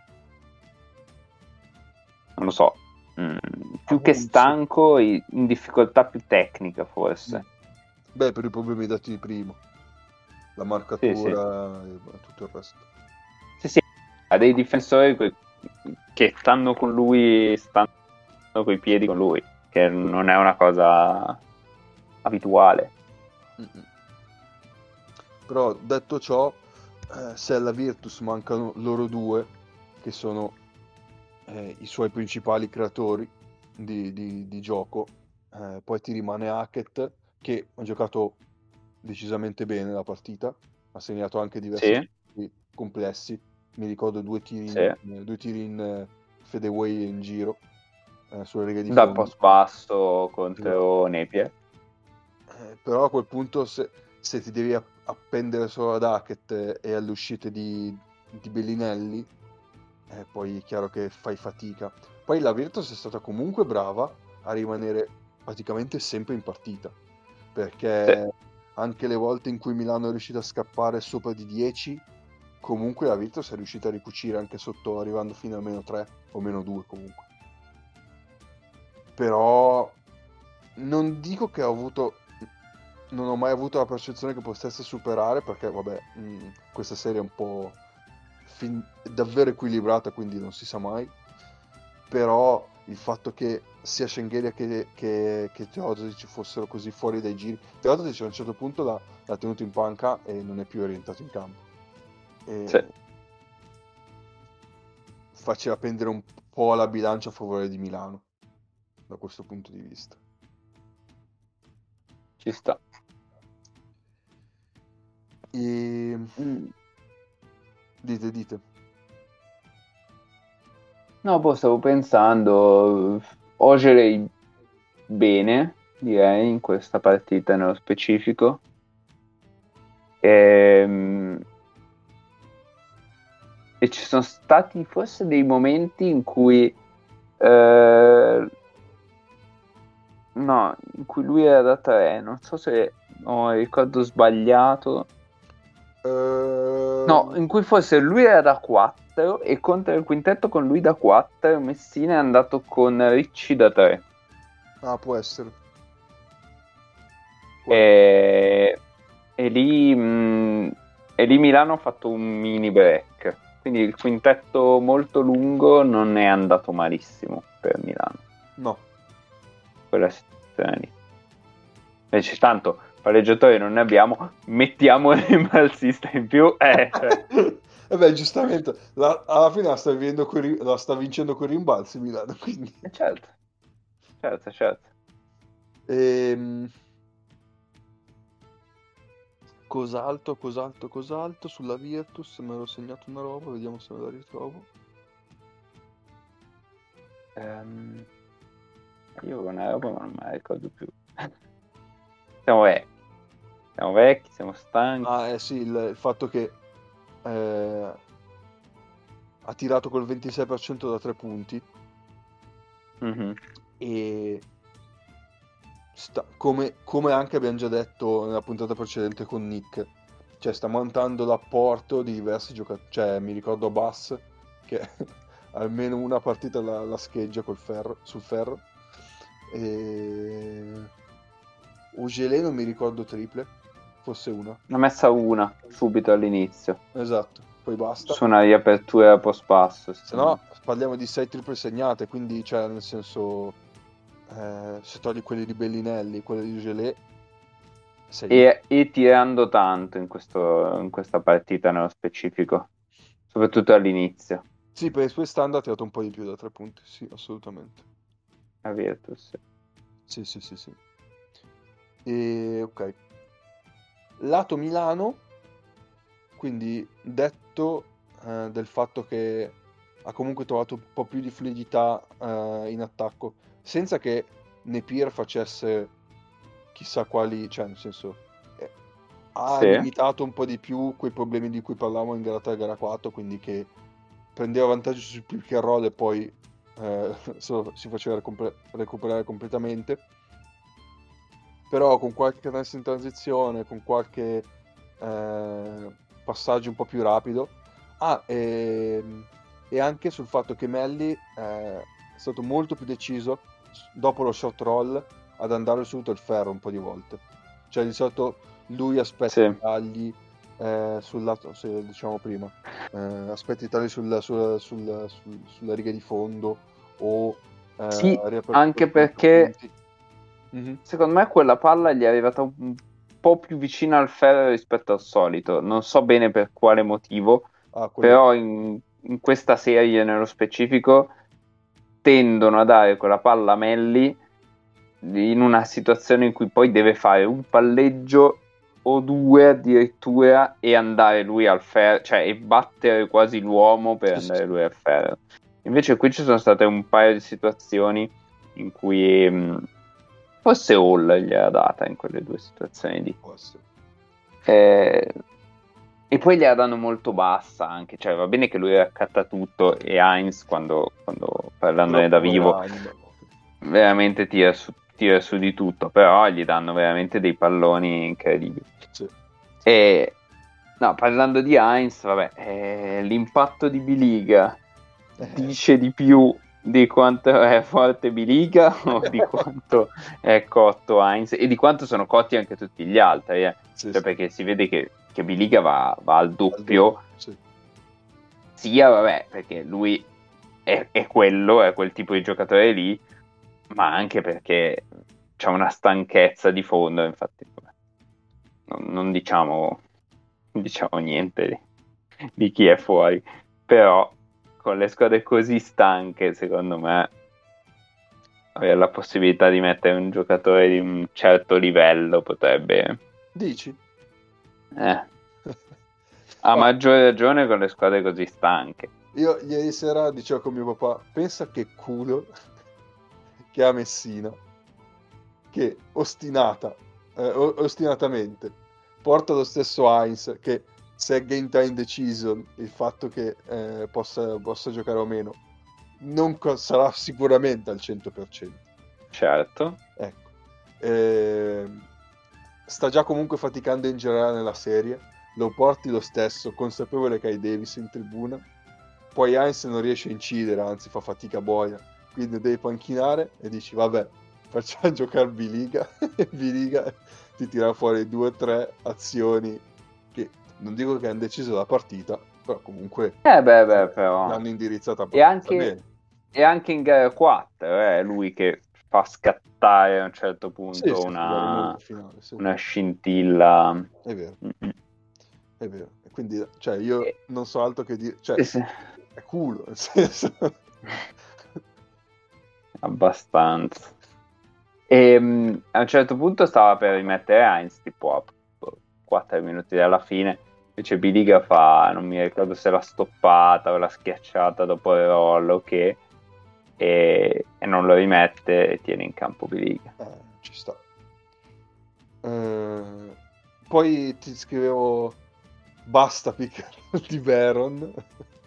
D: lo so, mh, più che stanco, in difficoltà più tecnica forse.
A: Beh, per i problemi dati di prima, la marcatura
D: Sì, sì.
A: e tutto il resto.
D: Sì, sì, ha dei difensori que- che stanno con lui, stanno coi piedi con lui, che non è una cosa abituale.
A: Mm-mm. Però detto ciò, eh, se alla Virtus mancano loro due, che sono eh, i suoi principali creatori di, di, di gioco, eh, poi ti rimane Hackett, che ha giocato decisamente bene la partita, ha segnato anche diversi
D: Sì,
A: tiri complessi, mi ricordo due tiri,
D: sì.
A: in, due tiri in eh, fadeaway in giro, eh, sulle righe di
D: Dal
A: fondo.
D: post basso contro Napier.
A: Eh, però a quel punto se, se ti devi app- appendere solo ad Hackett e alle uscite di, di Bellinelli, eh, poi è chiaro che fai fatica. Poi la Virtus è stata comunque brava a rimanere praticamente sempre in partita, perché
D: Sì.
A: anche le volte in cui Milano è riuscita a scappare sopra di dieci, comunque la Virtus è riuscita a ricucire anche sotto, arrivando fino a meno tre o meno due comunque. Però non dico che ho avuto, non ho mai avuto la percezione che potesse superare, perché vabbè, mh, questa serie è un po' fin- davvero equilibrata, quindi non si sa mai. Però il fatto che sia Schengelia che, che, che Teodosic fossero così fuori dai giri, Teodosic a un certo punto l'ha, l'ha tenuto in panca e non è più orientato in campo, e
D: Sì.
A: faceva pendere un po' la bilancia a favore di Milano da questo punto di vista.
D: Ci sta.
A: E
D: Mm.
A: dite, dite.
D: No, poi stavo pensando, Ogeley bene, direi, in questa partita nello specifico. Ehm, E, ci sono stati forse dei momenti in cui eh, no, in cui lui era da tre, non so se ho il ricordo sbagliato.
A: Ehm,
D: No, in cui forse lui era da quattro e contro il quintetto con lui da quattro Messina è andato con Ricci da tre.
A: Ah, può essere. Può
D: E, e lì mh, e lì Milano ha fatto un mini break, quindi il quintetto molto lungo non è andato malissimo per Milano,
A: No.
D: quella situazione lì. Invece tanto pareggiatori non ne abbiamo, mettiamo il rimbalzista in più, eh, cioè.
A: E beh, giustamente, la- alla fine la sta, vivendo coi ri- la sta vincendo con i rimbalzi Milano, quindi...
D: Eh, certo, certo, certo.
A: Ehm, Cos'altro, cos'altro, cos'altro sulla Virtus? Me l'ho segnato una roba, vediamo se me la ritrovo.
D: Ehm, io una roba ma non me la ricordo più. Siamo vecchi, siamo vecchi, siamo stanchi.
A: Ah, eh sì, il, il fatto che eh, ha tirato col ventisei per cento da tre punti
D: Mhm.
A: e sta- come, come anche abbiamo già detto nella puntata precedente con Nick, cioè sta montando l'apporto di diversi giocatori, cioè mi ricordo Bass che almeno una partita la, la scheggia col ferro, sul ferro, e Ugelé non mi ricordo triple, fosse una,
D: Ne ho messa una subito all'inizio,
A: esatto, poi basta.
D: su una riapertura post passo.
A: Se no parliamo di sei triple segnate, quindi cioè nel senso eh, se togli quelli di Bellinelli, quelli di Ugelé, sei lì.
D: E, e tirando tanto in, questo, in questa partita nello specifico, soprattutto all'inizio.
A: Sì, per i suoi standard ha tirato un po' di più da tre punti, sì, assolutamente.
D: La Virtus.
A: Sì, sì, sì, sì. E ok. Lato Milano, quindi detto eh, del fatto che ha comunque trovato un po' più di fluidità eh, in attacco, senza che Napier facesse chissà quali, cioè nel senso eh, ha
D: Sì.
A: limitato un po' di più quei problemi di cui parlavamo in gara tre e gara quattro, quindi che prendeva vantaggio sul pick and roll e poi eh, si faceva recupera- recuperare completamente. Però con qualche canestro in transizione, con qualche eh, passaggio un po' più rapido. Ah, e, e anche sul fatto che Melli eh, è stato molto più deciso dopo lo short roll ad andare subito al ferro un po' di volte. Cioè di solito lui aspetta
D: Sì.
A: i tagli eh, sul lato, se diciamo prima, eh, aspetta i tagli sul, sul, sul, sul, sulla riga di fondo o eh,
D: Sì,
A: riapertura
D: anche
A: di
D: perché
A: punti. Mhm.
D: secondo me quella palla gli è arrivata un po' più vicina al ferro rispetto al solito. Non so bene per quale motivo,
A: Ah, quello-
D: però in, in questa serie nello specifico tendono a dare quella palla a Melli in una situazione in cui poi deve fare un palleggio o due addirittura e andare lui al ferro, cioè e battere quasi l'uomo per
A: Sì,
D: andare
A: sì.
D: lui al ferro. Invece qui ci sono state un paio di situazioni in cui mh, forse Hall gli ha data in quelle due situazioni lì.
A: Può essere.
D: Eh, e poi gli danno molto bassa anche, cioè va bene che lui raccatta tutto e Heinz quando, quando parlandone da
A: Però
D: vivo
A: povera anima.
D: veramente tira su, tira su di tutto, però gli danno veramente dei palloni incredibili.
A: Sì.
D: E no, parlando di Heinz, vabbè, eh, l'impatto di Biliga
A: Eh,
D: dice di più di quanto è forte Biliga o di quanto è cotto Heinz e di quanto sono cotti anche tutti gli altri, eh.
A: sì,
D: Cioè,
A: sì.
D: perché si vede che, che Biliga va, va al doppio,
A: Sì.
D: sia vabbè perché lui è, è quello, è quel tipo di giocatore lì, ma anche perché c'ha una stanchezza di fondo, infatti non, non diciamo non diciamo niente di, di chi è fuori, però con le squadre così stanche secondo me avere la possibilità di mettere un giocatore di un certo livello potrebbe
A: Dici?
D: eh, a
A: No,
D: maggior ragione con le squadre così stanche.
A: io ieri sera dicevo con mio papà, pensa che culo che ha Messina, che ostinata, eh, o- ostinatamente porta lo stesso Heinz, che se è game time decision, il fatto che eh, possa, possa giocare o meno, non co- sarà sicuramente al cento per cento.
D: Certo.
A: Ecco. Ehm, sta già comunque faticando in generale nella serie, lo porti lo stesso, consapevole che hai Davis in tribuna, poi Heinz non riesce a incidere, anzi fa fatica boia, quindi devi panchinare e dici vabbè, facciamo giocare Biliga e Biliga ti tira fuori due o tre azioni che non dico che hanno deciso la partita, però comunque
D: Eh beh, beh, però
A: l'hanno indirizzata
D: e
A: abbastanza
D: anche,
A: bene.
D: e anche in gara quattro è lui che fa scattare a un certo
A: Sì,
D: punto
A: sì, sì, la
D: una,
A: rimonta finale, sì.
D: una scintilla.
A: È vero,
D: Mm-mm.
A: è vero. E quindi, cioè, io
D: E-
A: non so altro che dire, cioè,
D: sì, sì.
A: è culo, nel senso.
D: Abbastanza. E mh, a un certo punto stava per rimettere Heinz, tipo a quattro minuti dalla fine. Invece Biliga fa, non mi ricordo se l'ha stoppata o l'ha schiacciata dopo il rollo che e, e non lo rimette e tiene in campo Biliga.
A: Eh, ci sta. Eh, poi ti scrivevo basta pick di Baron.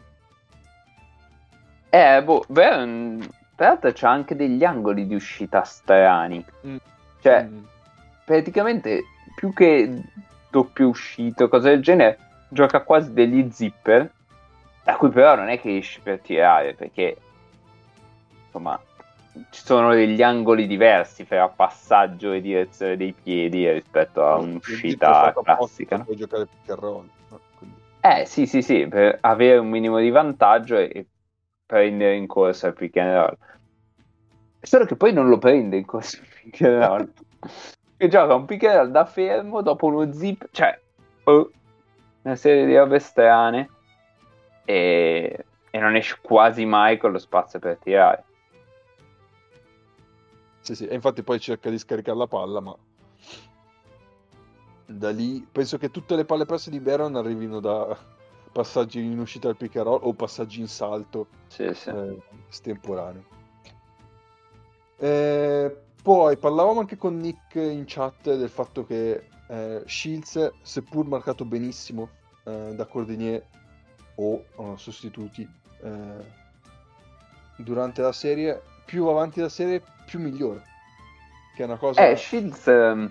D: Eh, boh, Veron, tra l'altro c'ha anche degli angoli di uscita strani.
A: Mm.
D: Cioè,
A: Mm.
D: praticamente più che doppio uscito, cose del genere, gioca quasi degli zipper, da cui però non è che esci per tirare, perché insomma ci sono deggi angoli diversi fra passaggio e direzione dei piedi rispetto a
A: Il zip è
D: un'uscita
A: fatto apposta
D: classica.
A: per
D: No?
A: poi giocare pick and roll. No? Quindi...
D: Eh sì, sì, sì, per avere un minimo di vantaggio e, e prendere in corsa il pick and roll. Solo che poi non lo prende in corsa il pick and roll. Che gioca un pick and roll da fermo dopo uno zip, cioè oh, una serie di robe strane e, e non esce quasi mai con lo spazio per tirare.
A: Sì, sì, e infatti poi cerca di scaricare la palla, ma da lì penso che tutte le palle perse di Baron arrivino da passaggi in uscita al pick and roll o passaggi in salto
D: Sì, sì.
A: eh, estemporanei. Eh, poi parlavamo anche con Nick in chat del fatto che eh, Shields, seppur marcato benissimo eh, da Cordinier o uh, sostituti eh, durante la serie, più avanti la serie più migliora, che è una cosa
D: Eh, Shields ehm,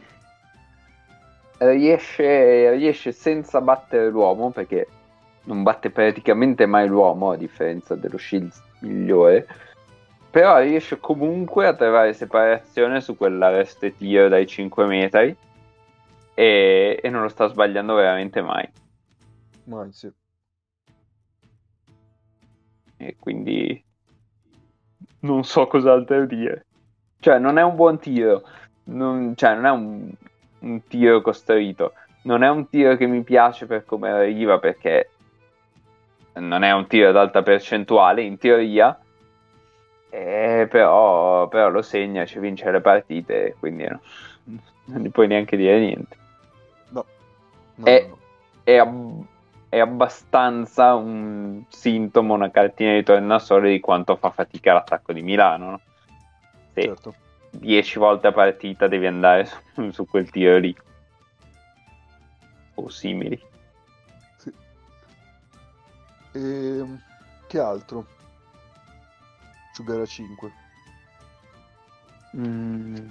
D: riesce, riesce senza battere l'uomo, perché non batte praticamente mai l'uomo, a differenza dello Shields migliore, però riesce comunque a trovare separazione su quell'arresto e tiro dai cinque metri e, e non lo sta sbagliando veramente mai.
A: mai, sì.
D: E quindi non so cos'altro dire. Cioè, non è un buon tiro, non, cioè, non è un, un tiro costruito, non è un tiro che mi piace per come arriva, perché non è un tiro ad alta percentuale, in teoria, eh, però, però lo segna, ci vince le partite, quindi no, non gli puoi neanche dire niente.
A: No, no,
D: È,
A: no, no.
D: è, ab- è abbastanza un sintomo, una cartina di tornasole di quanto fa fatica l'attacco di Milano, no? Se
A: Certo.
D: dieci volte a partita devi andare su, su quel tiro lì o simili.
A: Sì. E che altro? Su gara cinque.
D: Mm.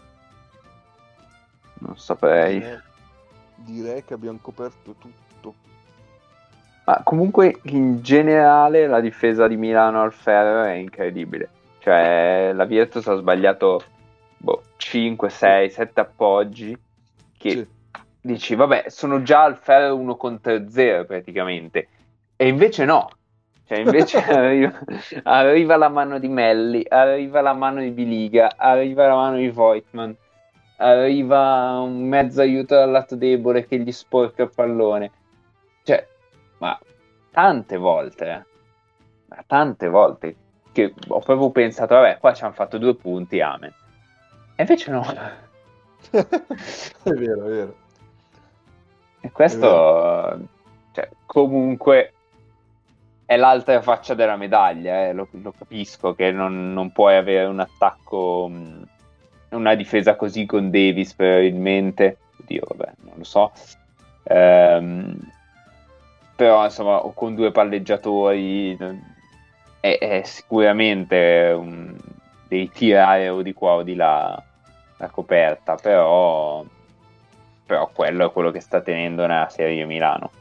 D: Non saprei.
A: Direi, direi che abbiamo coperto tutto.
D: Ma comunque in generale la difesa di Milano al ferro è incredibile. Cioè la Virtus ha sbagliato boh, cinque, sei, sette appoggi che
A: Sì.
D: dici vabbè sono già al ferro uno contro zero praticamente. E invece no. Cioè invece arriva, arriva la mano di Melli, arriva la mano di Biliga, arriva la mano di Voigtman, arriva un mezzo aiuto dal lato debole che gli sporca il pallone. Cioè, ma tante volte, eh. Ma tante volte che ho proprio pensato, vabbè, qua ci hanno fatto due punti, amen. E invece no.
A: È vero, è vero.
D: E questo, cioè, comunque è l'altra faccia della medaglia, eh. lo, lo capisco che non, non puoi avere un attacco, mh, una difesa così con Davis probabilmente, oddio vabbè, non lo so, ehm, però insomma o con due palleggiatori è, è sicuramente um, devi tirare o di qua o di là la coperta, però, però quello è quello che sta tenendo nella Serie Milano.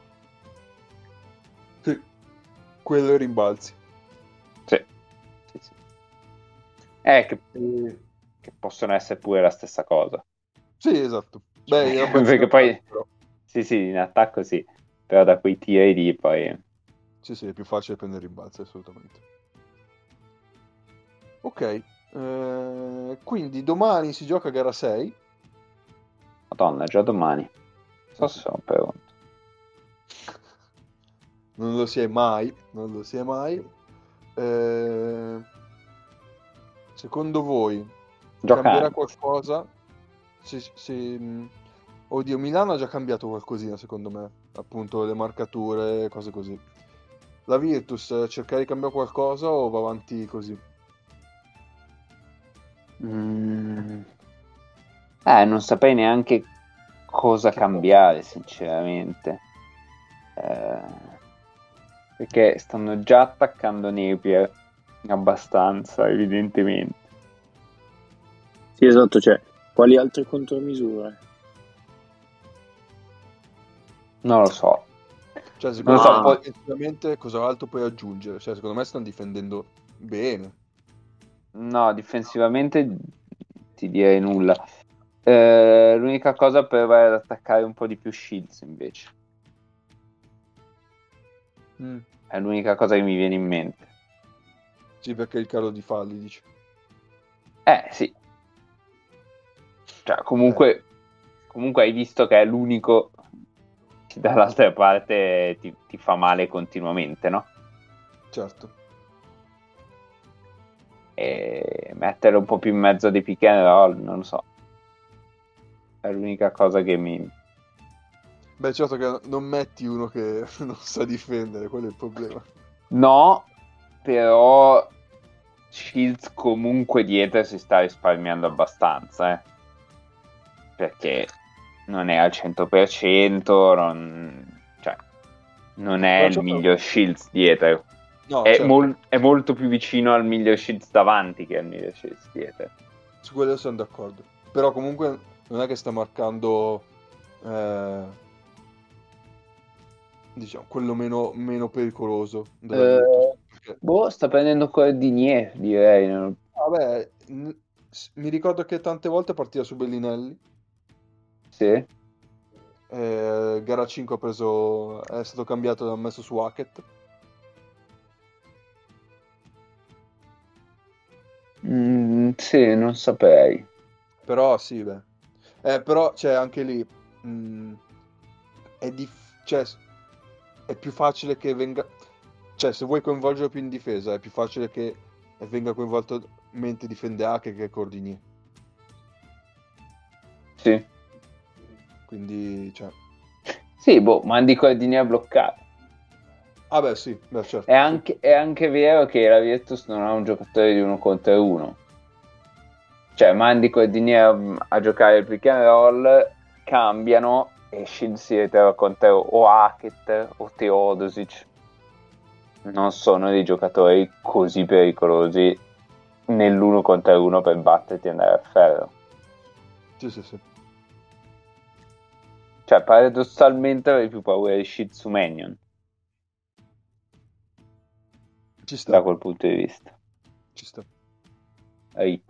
A: Sì, quello è rimbalzi.
D: Sì, sì, sì. Eh, che,
A: E...
D: che possono essere pure la stessa cosa.
A: Sì, esatto. Beh, è
D: perché poi
A: però.
D: sì, sì, in attacco sì, però da quei tiri lì poi
A: Sì, sì, è più facile prendere rimbalzi, assolutamente. Ok, eh, quindi domani si gioca gara sei.
D: Madonna, già domani. Non so se sono pronto.
A: Non lo si è mai, non lo si è mai. Eh, secondo voi
D: Gioca
A: cambierà
D: anche.
A: qualcosa? Se, se, oddio, Milano ha già cambiato qualcosina, secondo me. Appunto, le marcature, cose così. La Virtus cerca di cambiare qualcosa o va avanti così?
D: Mm. Eh, non saprei neanche cosa cambiare, sinceramente. Eh, perché stanno già attaccando Napier abbastanza, evidentemente.
C: Sì, esatto, cioè, quali altre contromisure?
D: Non lo so.
A: Cioè, secondo
D: Non lo
A: me,
D: so, poi-
A: effettivamente, cos'altro puoi aggiungere? Cioè, secondo me stanno difendendo bene.
D: No, difensivamente ti direi nulla. Eh, l'unica cosa per provare ad attaccare un po' di più Shields invece.
A: Mm.
D: È l'unica cosa che mi viene in mente.
A: Sì, perché il calo di falli, dici.
D: Eh, sì. Cioè, comunque,
A: Eh.
D: comunque hai visto che è l'unico che dall'altra parte ti, ti fa male continuamente, no?
A: Certo.
D: E mettere un po' più in mezzo dei pick and roll, non lo so. È l'unica cosa che mi...
A: Beh, certo che non metti uno che non sa difendere, quello è il problema.
D: No, però Shields comunque dietro si sta risparmiando abbastanza, eh. Perché non è al cento per cento, non, cioè, non è
A: No,
D: il
A: certo.
D: miglior Shields dietro.
A: No,
D: È,
A: certo.
D: mol- è molto più vicino al miglior Shields davanti che al miglior Shields dietro.
A: Su quello sono d'accordo. Però comunque non è che sta marcando, eh, diciamo, quello meno, meno pericoloso della
D: Eh,
A: Virtus. Perché,
D: boh, sta prendendo Cordinier, direi. non-
A: vabbè, n- s- mi ricordo che tante volte partiva su Bellinelli.
D: Sì.
A: eh, gara cinque ha preso, è stato cambiato e ha messo su Hackett.
D: Mm, sì, non saprei.
A: Però sì, beh. Eh, però c'è anche lì. mh, è, dif- cioè, s- è più facile che venga. Cioè, se vuoi coinvolgere più in difesa, è più facile che venga coinvolto mentre difende Hackett che Cordinier.
D: Sì.
A: Quindi, cioè.
D: Sì, boh, mandi Cordinier a bloccare.
A: Ah, beh, sì, beh, certo.
D: È
A: sì.
D: anche, è anche vero che la Virtus non ha un giocatore di uno contro uno. Cioè, mandi Cordinier a, a giocare il pick and roll, cambiano e Shields si ritrova contro o Hackett o Teodosic. Non sono dei giocatori così pericolosi nell'uno contro uno per batterti e andare a ferro.
A: Sì, sì, sì.
D: Cioè, paradossalmente avrei più paura di Shih Manion.
A: Ci sta.
D: Da quel punto di vista.
A: Ci sta.
D: Rip.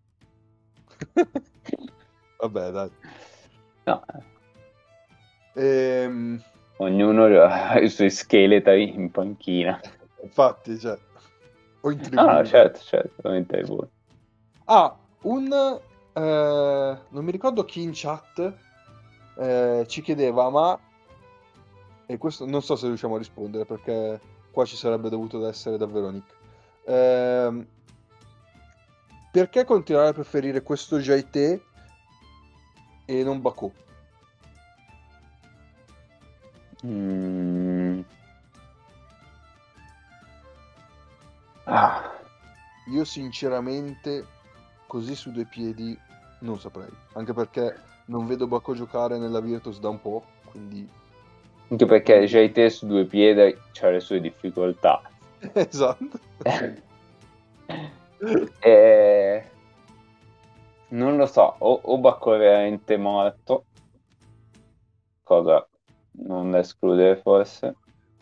A: Vabbè, dai.
D: No.
A: Ehm...
D: Ognuno ha i suoi scheletri in panchina.
A: Infatti, cioè... O in tribuna.
D: Ah, no, certo, certo, veramente è buono.
A: Ah, un... Eh, non mi ricordo chi in chat eh, ci chiedeva, ma... E questo non so se riusciamo a rispondere, perché qua ci sarebbe dovuto essere davvero Nick. Ehm... Perché continuare a preferire questo J T e non Baku?
D: Mm. Ah.
A: Io sinceramente, così su due piedi, non saprei. Anche perché non vedo Baku giocare nella Virtus da un po', quindi...
D: Anche perché J T su due piedi ha le sue difficoltà.
A: Esatto.
D: E... non lo so, o, o Baku è veramente morto, cosa non da escludere forse.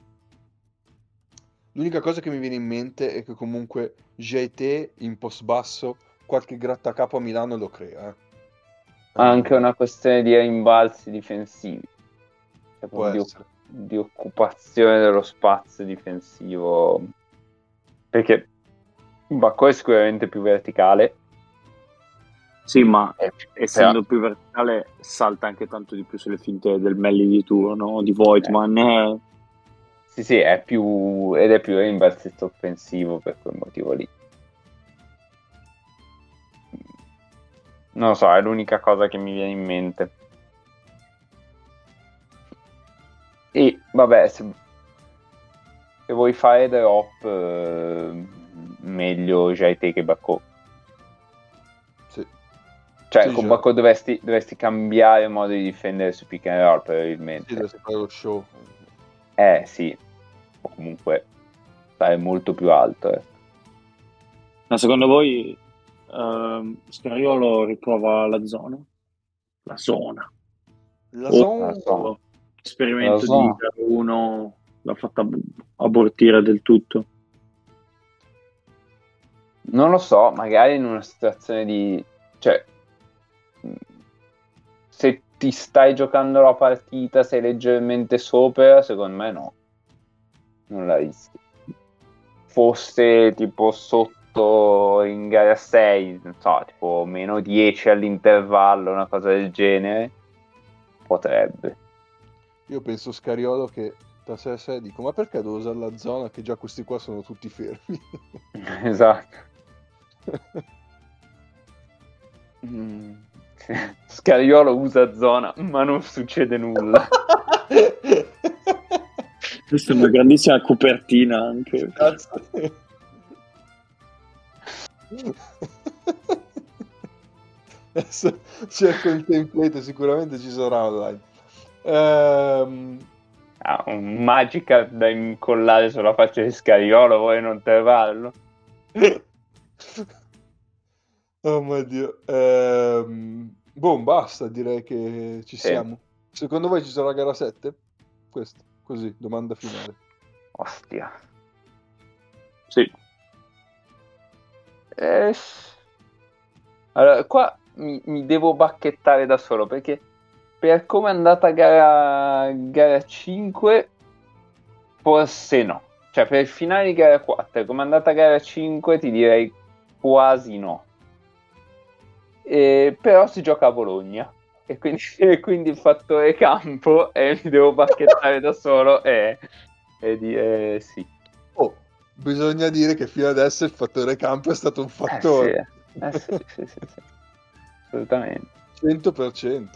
A: L'unica cosa che mi viene in mente è che comunque J T in post basso qualche grattacapo a Milano lo crea. Eh.
D: Anche una questione di rimbalzi difensivi, cioè
A: Può
D: di,
A: essere.
D: di occupazione dello spazio difensivo, perché Baku è sicuramente più verticale.
C: Sì, ma
D: Eh,
C: essendo
D: però...
C: più verticale salta anche tanto di più sulle finte del Melli di turno, di Voigtman. Eh.
D: Sì, sì, è più ed è più rimbalzista offensivo per quel motivo lì. Non lo so, è l'unica cosa che mi viene in mente. E vabbè, se, se vuoi fare drop, eh, meglio J T che Baku.
A: Sì.
D: Cioè,
A: Sì,
D: con
A: già.
D: Baku dovresti, dovresti cambiare modo di difendere su pick and roll, probabilmente.
A: Sì, dovresti fare lo show.
D: Eh, sì. O comunque stare molto più alto, eh.
C: Ma secondo voi uh, Scariolo riprova la zona? La zona.
A: La
C: O
A: zona...
D: so.
C: Esperimento
D: La zona.
C: di uno l'ha fatta abortire del tutto.
D: Non lo so, magari in una situazione di... cioè, se ti stai giocando la partita, sei leggermente sopra, secondo me no. Non la rischi. Fosse tipo sotto in gara sei, non so, tipo meno dieci all'intervallo, una cosa del genere, potrebbe.
A: Io penso Scariolo che da sé a sé dico, ma perché devo usare la zona che già questi qua sono tutti fermi?
D: Esatto. mm. Scariolo usa zona, ma non succede nulla.
C: Questa è una grandissima copertina anche.
A: Cazzo. Adesso cerco il template, sicuramente ci sarà online. Ehm...
D: Ah, un magica da incollare sulla faccia di Scariolo, vuoi non trovarlo?
A: Oh mio Dio. Ehm... Boh, basta, direi che ci
D: Sì.
A: siamo. Secondo voi ci sarà gara sette? Questo, così, domanda finale.
D: Ostia.
C: Sì.
D: Eh... Allora, qua mi, mi devo bacchettare da solo, perché per come è andata gara, gara cinque, forse no. Cioè, per il finale di gara quattro, come è andata gara cinque, ti direi quasi no. E, però si gioca a Bologna. E quindi, e quindi il fattore campo, e mi devo bacchettare da solo e, e dire sì.
A: Oh, bisogna dire che fino adesso il fattore campo è stato un fattore.
D: Eh sì, eh sì, sì, sì, sì. Assolutamente.
A: cento per cento.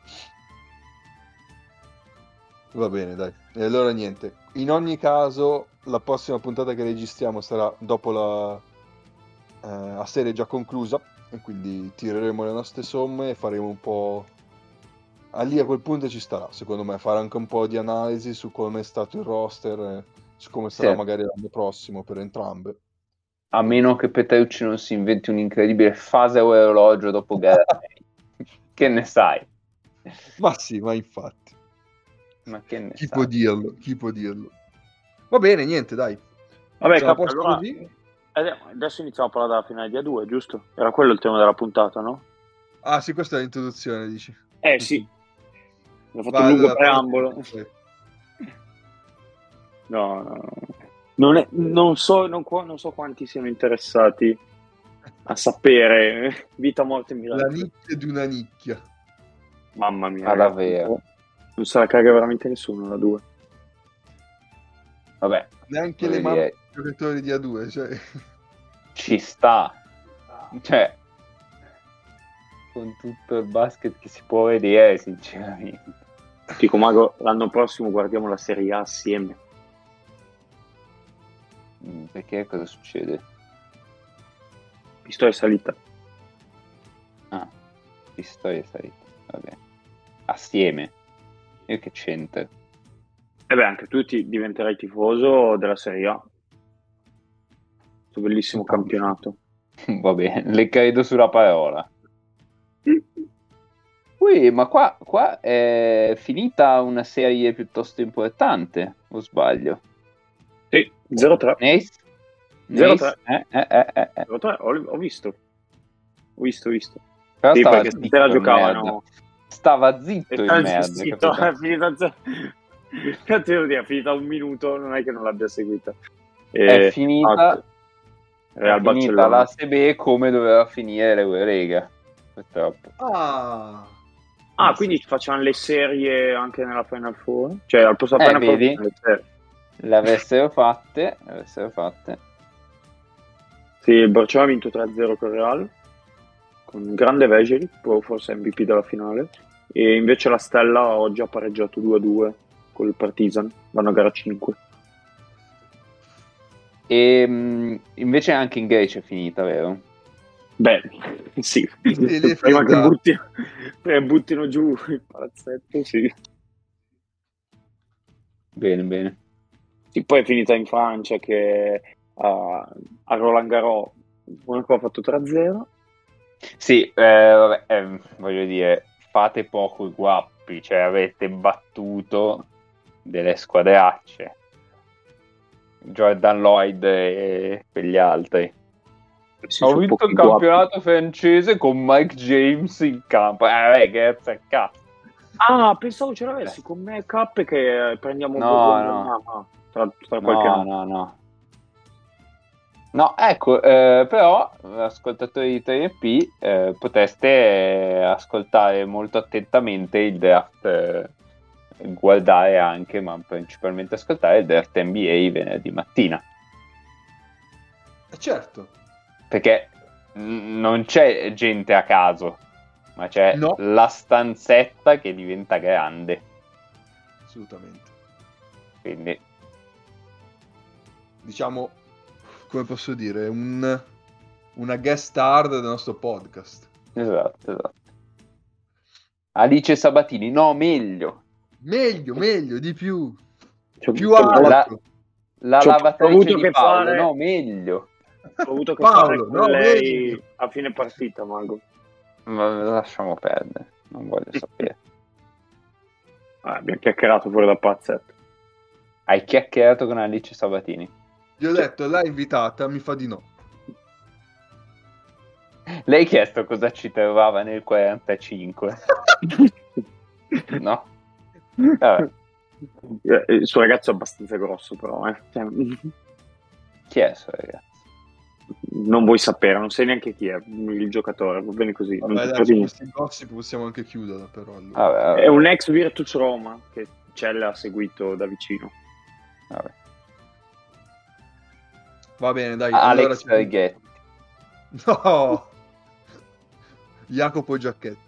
A: Va bene, dai. E allora niente. In ogni caso, la prossima puntata che registriamo sarà dopo la eh, a serie già conclusa, e quindi tireremo le nostre somme e faremo un po'... Ah, lì a quel punto ci starà, secondo me, fare anche un po' di analisi su come è stato il roster, eh, su come sarà
D: Sì.
A: magari l'anno prossimo per entrambe.
D: A meno che Petrucci non si inventi un'incredibile fase a orologio dopo gara sei. Che ne sai?
A: Ma sì, ma infatti.
D: Ma che ne
A: Chi
D: sai?
A: può dirlo? Chi può dirlo? Va bene, niente, dai.
C: Vabbè,
A: Siamo a
C: Cap,
A: posto
C: allora
A: così?
C: eh, adesso iniziamo a parlare della finale di A due, giusto? Era quello il tema della puntata, no?
A: Ah sì, questa è l'introduzione, dici.
C: Eh sì, ho fatto
A: Va,
C: un lungo
A: allora,
C: preambolo.
A: poi-
C: No, no, no. Non, è- non so, non, qua- non so quanti siano interessati a sapere vita, morte e
A: La
C: miracoli.
A: nicchia di una nicchia.
C: Mamma mia,
D: Ah,
C: ragazzi,
D: davvero?
C: non se la caga veramente nessuno la due.
D: Vabbè,
A: Neanche
D: voglio
A: le mamme
D: dire,
A: dei giocatori di A due, cioè...
D: ci sta. Cioè, con tutto il basket che si può vedere, sinceramente.
C: Dico, Mago, l'anno prossimo guardiamo la Serie A assieme.
D: Mm, Perché cosa succede?
C: Pistoia è salita.
D: Ah, Pistoia è salita. Vabbè. Assieme. Io che c'entro?
C: E beh, anche tu ti diventerai tifoso della Serie A. Questo bellissimo campionato.
D: Va bene, le credo sulla parola. Ui, ma qua, qua è finita una serie piuttosto importante, o sbaglio?
C: Sì, zero tre.
D: Nace?
C: zero
D: Nace?
C: tre.
D: Eh, eh, eh, eh, eh.
C: zero tre, ho, ho visto. Ho visto, ho visto.
D: Però
C: Sì,
D: stava
C: perché
D: zitto
C: se la
D: in
C: giocavano.
D: merda. Stava zitto in
C: Eh,
D: merda,
C: zitto,
D: capito?
C: è finita zero. Cazzo devo dire, è finita un minuto, non è che non l'abbia seguita.
D: È
C: E-
D: finita,
C: ah, Real
D: è finita
C: Barcellona.
D: la S B come doveva finire l'Eurolega, purtroppo.
A: Ah!
C: Ah, quindi facciamo le serie anche nella Final Four? Cioè, al posto della
D: Eh,
C: Final Four
D: vedi?
C: facciamo le serie.
D: Le avessero fatte, le avessero fatte.
C: Sì, il Barcellona ha vinto tre a zero con il Real, con un grande Veseli, forse M V P della finale, e invece la Stella oggi ha pareggiato due a due con il Partizan, vanno a gara cinque.
D: E mh, invece anche in Grecia è finita, vero?
C: Beh, sì,
A: Sì, lì è
C: prima che
A: finita.
C: butti- prima che buttino giù il palazzetto, sì.
D: Bene, bene.
C: Sì, poi è finita in Francia che a, a Roland Garros Monaco ha fatto tre a zero.
D: Sì, eh, vabbè, eh, voglio dire, fate poco i guappi, cioè avete battuto delle squadracce, Jordan Lloyd e quegli altri.
C: Sì,
D: Ho
C: sono
D: vinto
C: pochi
D: il
C: guappi.
D: campionato francese con Mike James in campo. Eh, grazie a cazzo.
C: Ah, pensavo ce l'avessi con me K che prendiamo
D: No,
C: Bobo-
D: no.
C: ah, ah, tra, tra qualche
D: No,
C: anno.
D: no, no. No, ecco, eh, però, ascoltatori di tre P, eh, potreste eh, ascoltare molto attentamente il draft, eh, guardare anche, ma principalmente ascoltare il draft N B A venerdì mattina.
A: Eh, certo.
D: Perché n- non c'è gente a caso, ma c'è
A: No.
D: la stanzetta che diventa grande.
A: Assolutamente.
D: Quindi,
A: Diciamo, come posso dire, un, una guest star del nostro podcast.
D: esatto, esatto. Alice Sabatini, no, meglio.
A: Meglio, meglio, di più.
C: C'ho-
A: Più
C: c'ho
A: alto.
C: provato-
D: La
C: C'ho- ho
D: lavatrice
C: avuto
D: di
C: che
D: Paolo,
C: fare-
D: no, meglio.
C: Ho avuto che
A: Paolo,
C: fare con
A: no,
C: lei
A: meglio.
C: a fine partita, Mago.
D: Ma lasciamo perdere, non voglio sapere.
C: Ah, abbiamo chiacchierato fuori da pazzetto.
D: Hai chiacchierato con Alice Sabatini.
A: Gli ho detto, l'hai invitata, mi fa di no.
D: Lei ha chiesto cosa ci trovava nel quarantacinque. No? Vabbè,
C: Eh, Il suo ragazzo è abbastanza grosso, però. Eh. Cioè,
D: chi è suo ragazzo?
C: non vuoi sapere, non sai neanche chi è il giocatore. Va bene così. non
A: Vabbè,
C: ti
A: dai,
C: perdi
A: su
C: niente.
A: questi gossip possiamo anche chiuderla, però. Allora.
D: Vabbè, vabbè,
C: È un ex Virtus Roma che Celle ha seguito da vicino.
D: vabbè.
A: Va bene, dai.
D: Alex
A: allora ci-
D: Verghetti.
A: No! Jacopo Giacchetti.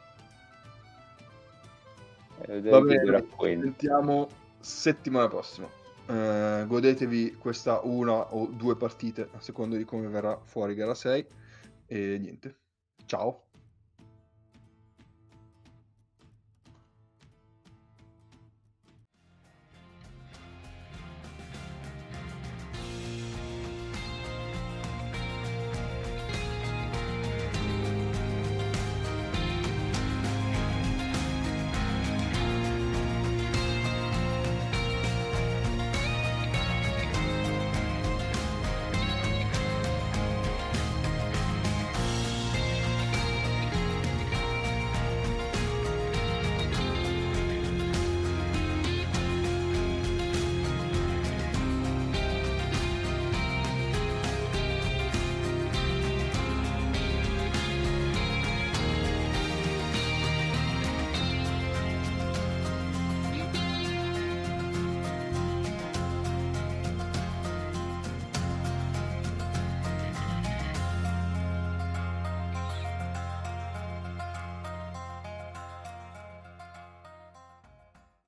D: Eh,
A: Va
D: devo
A: bene,
D: chiudere a
A: ci
D: quello.
A: sentiamo settimana prossima. Eh, godetevi questa una o due partite a seconda di come verrà fuori gara sei. E niente. Ciao.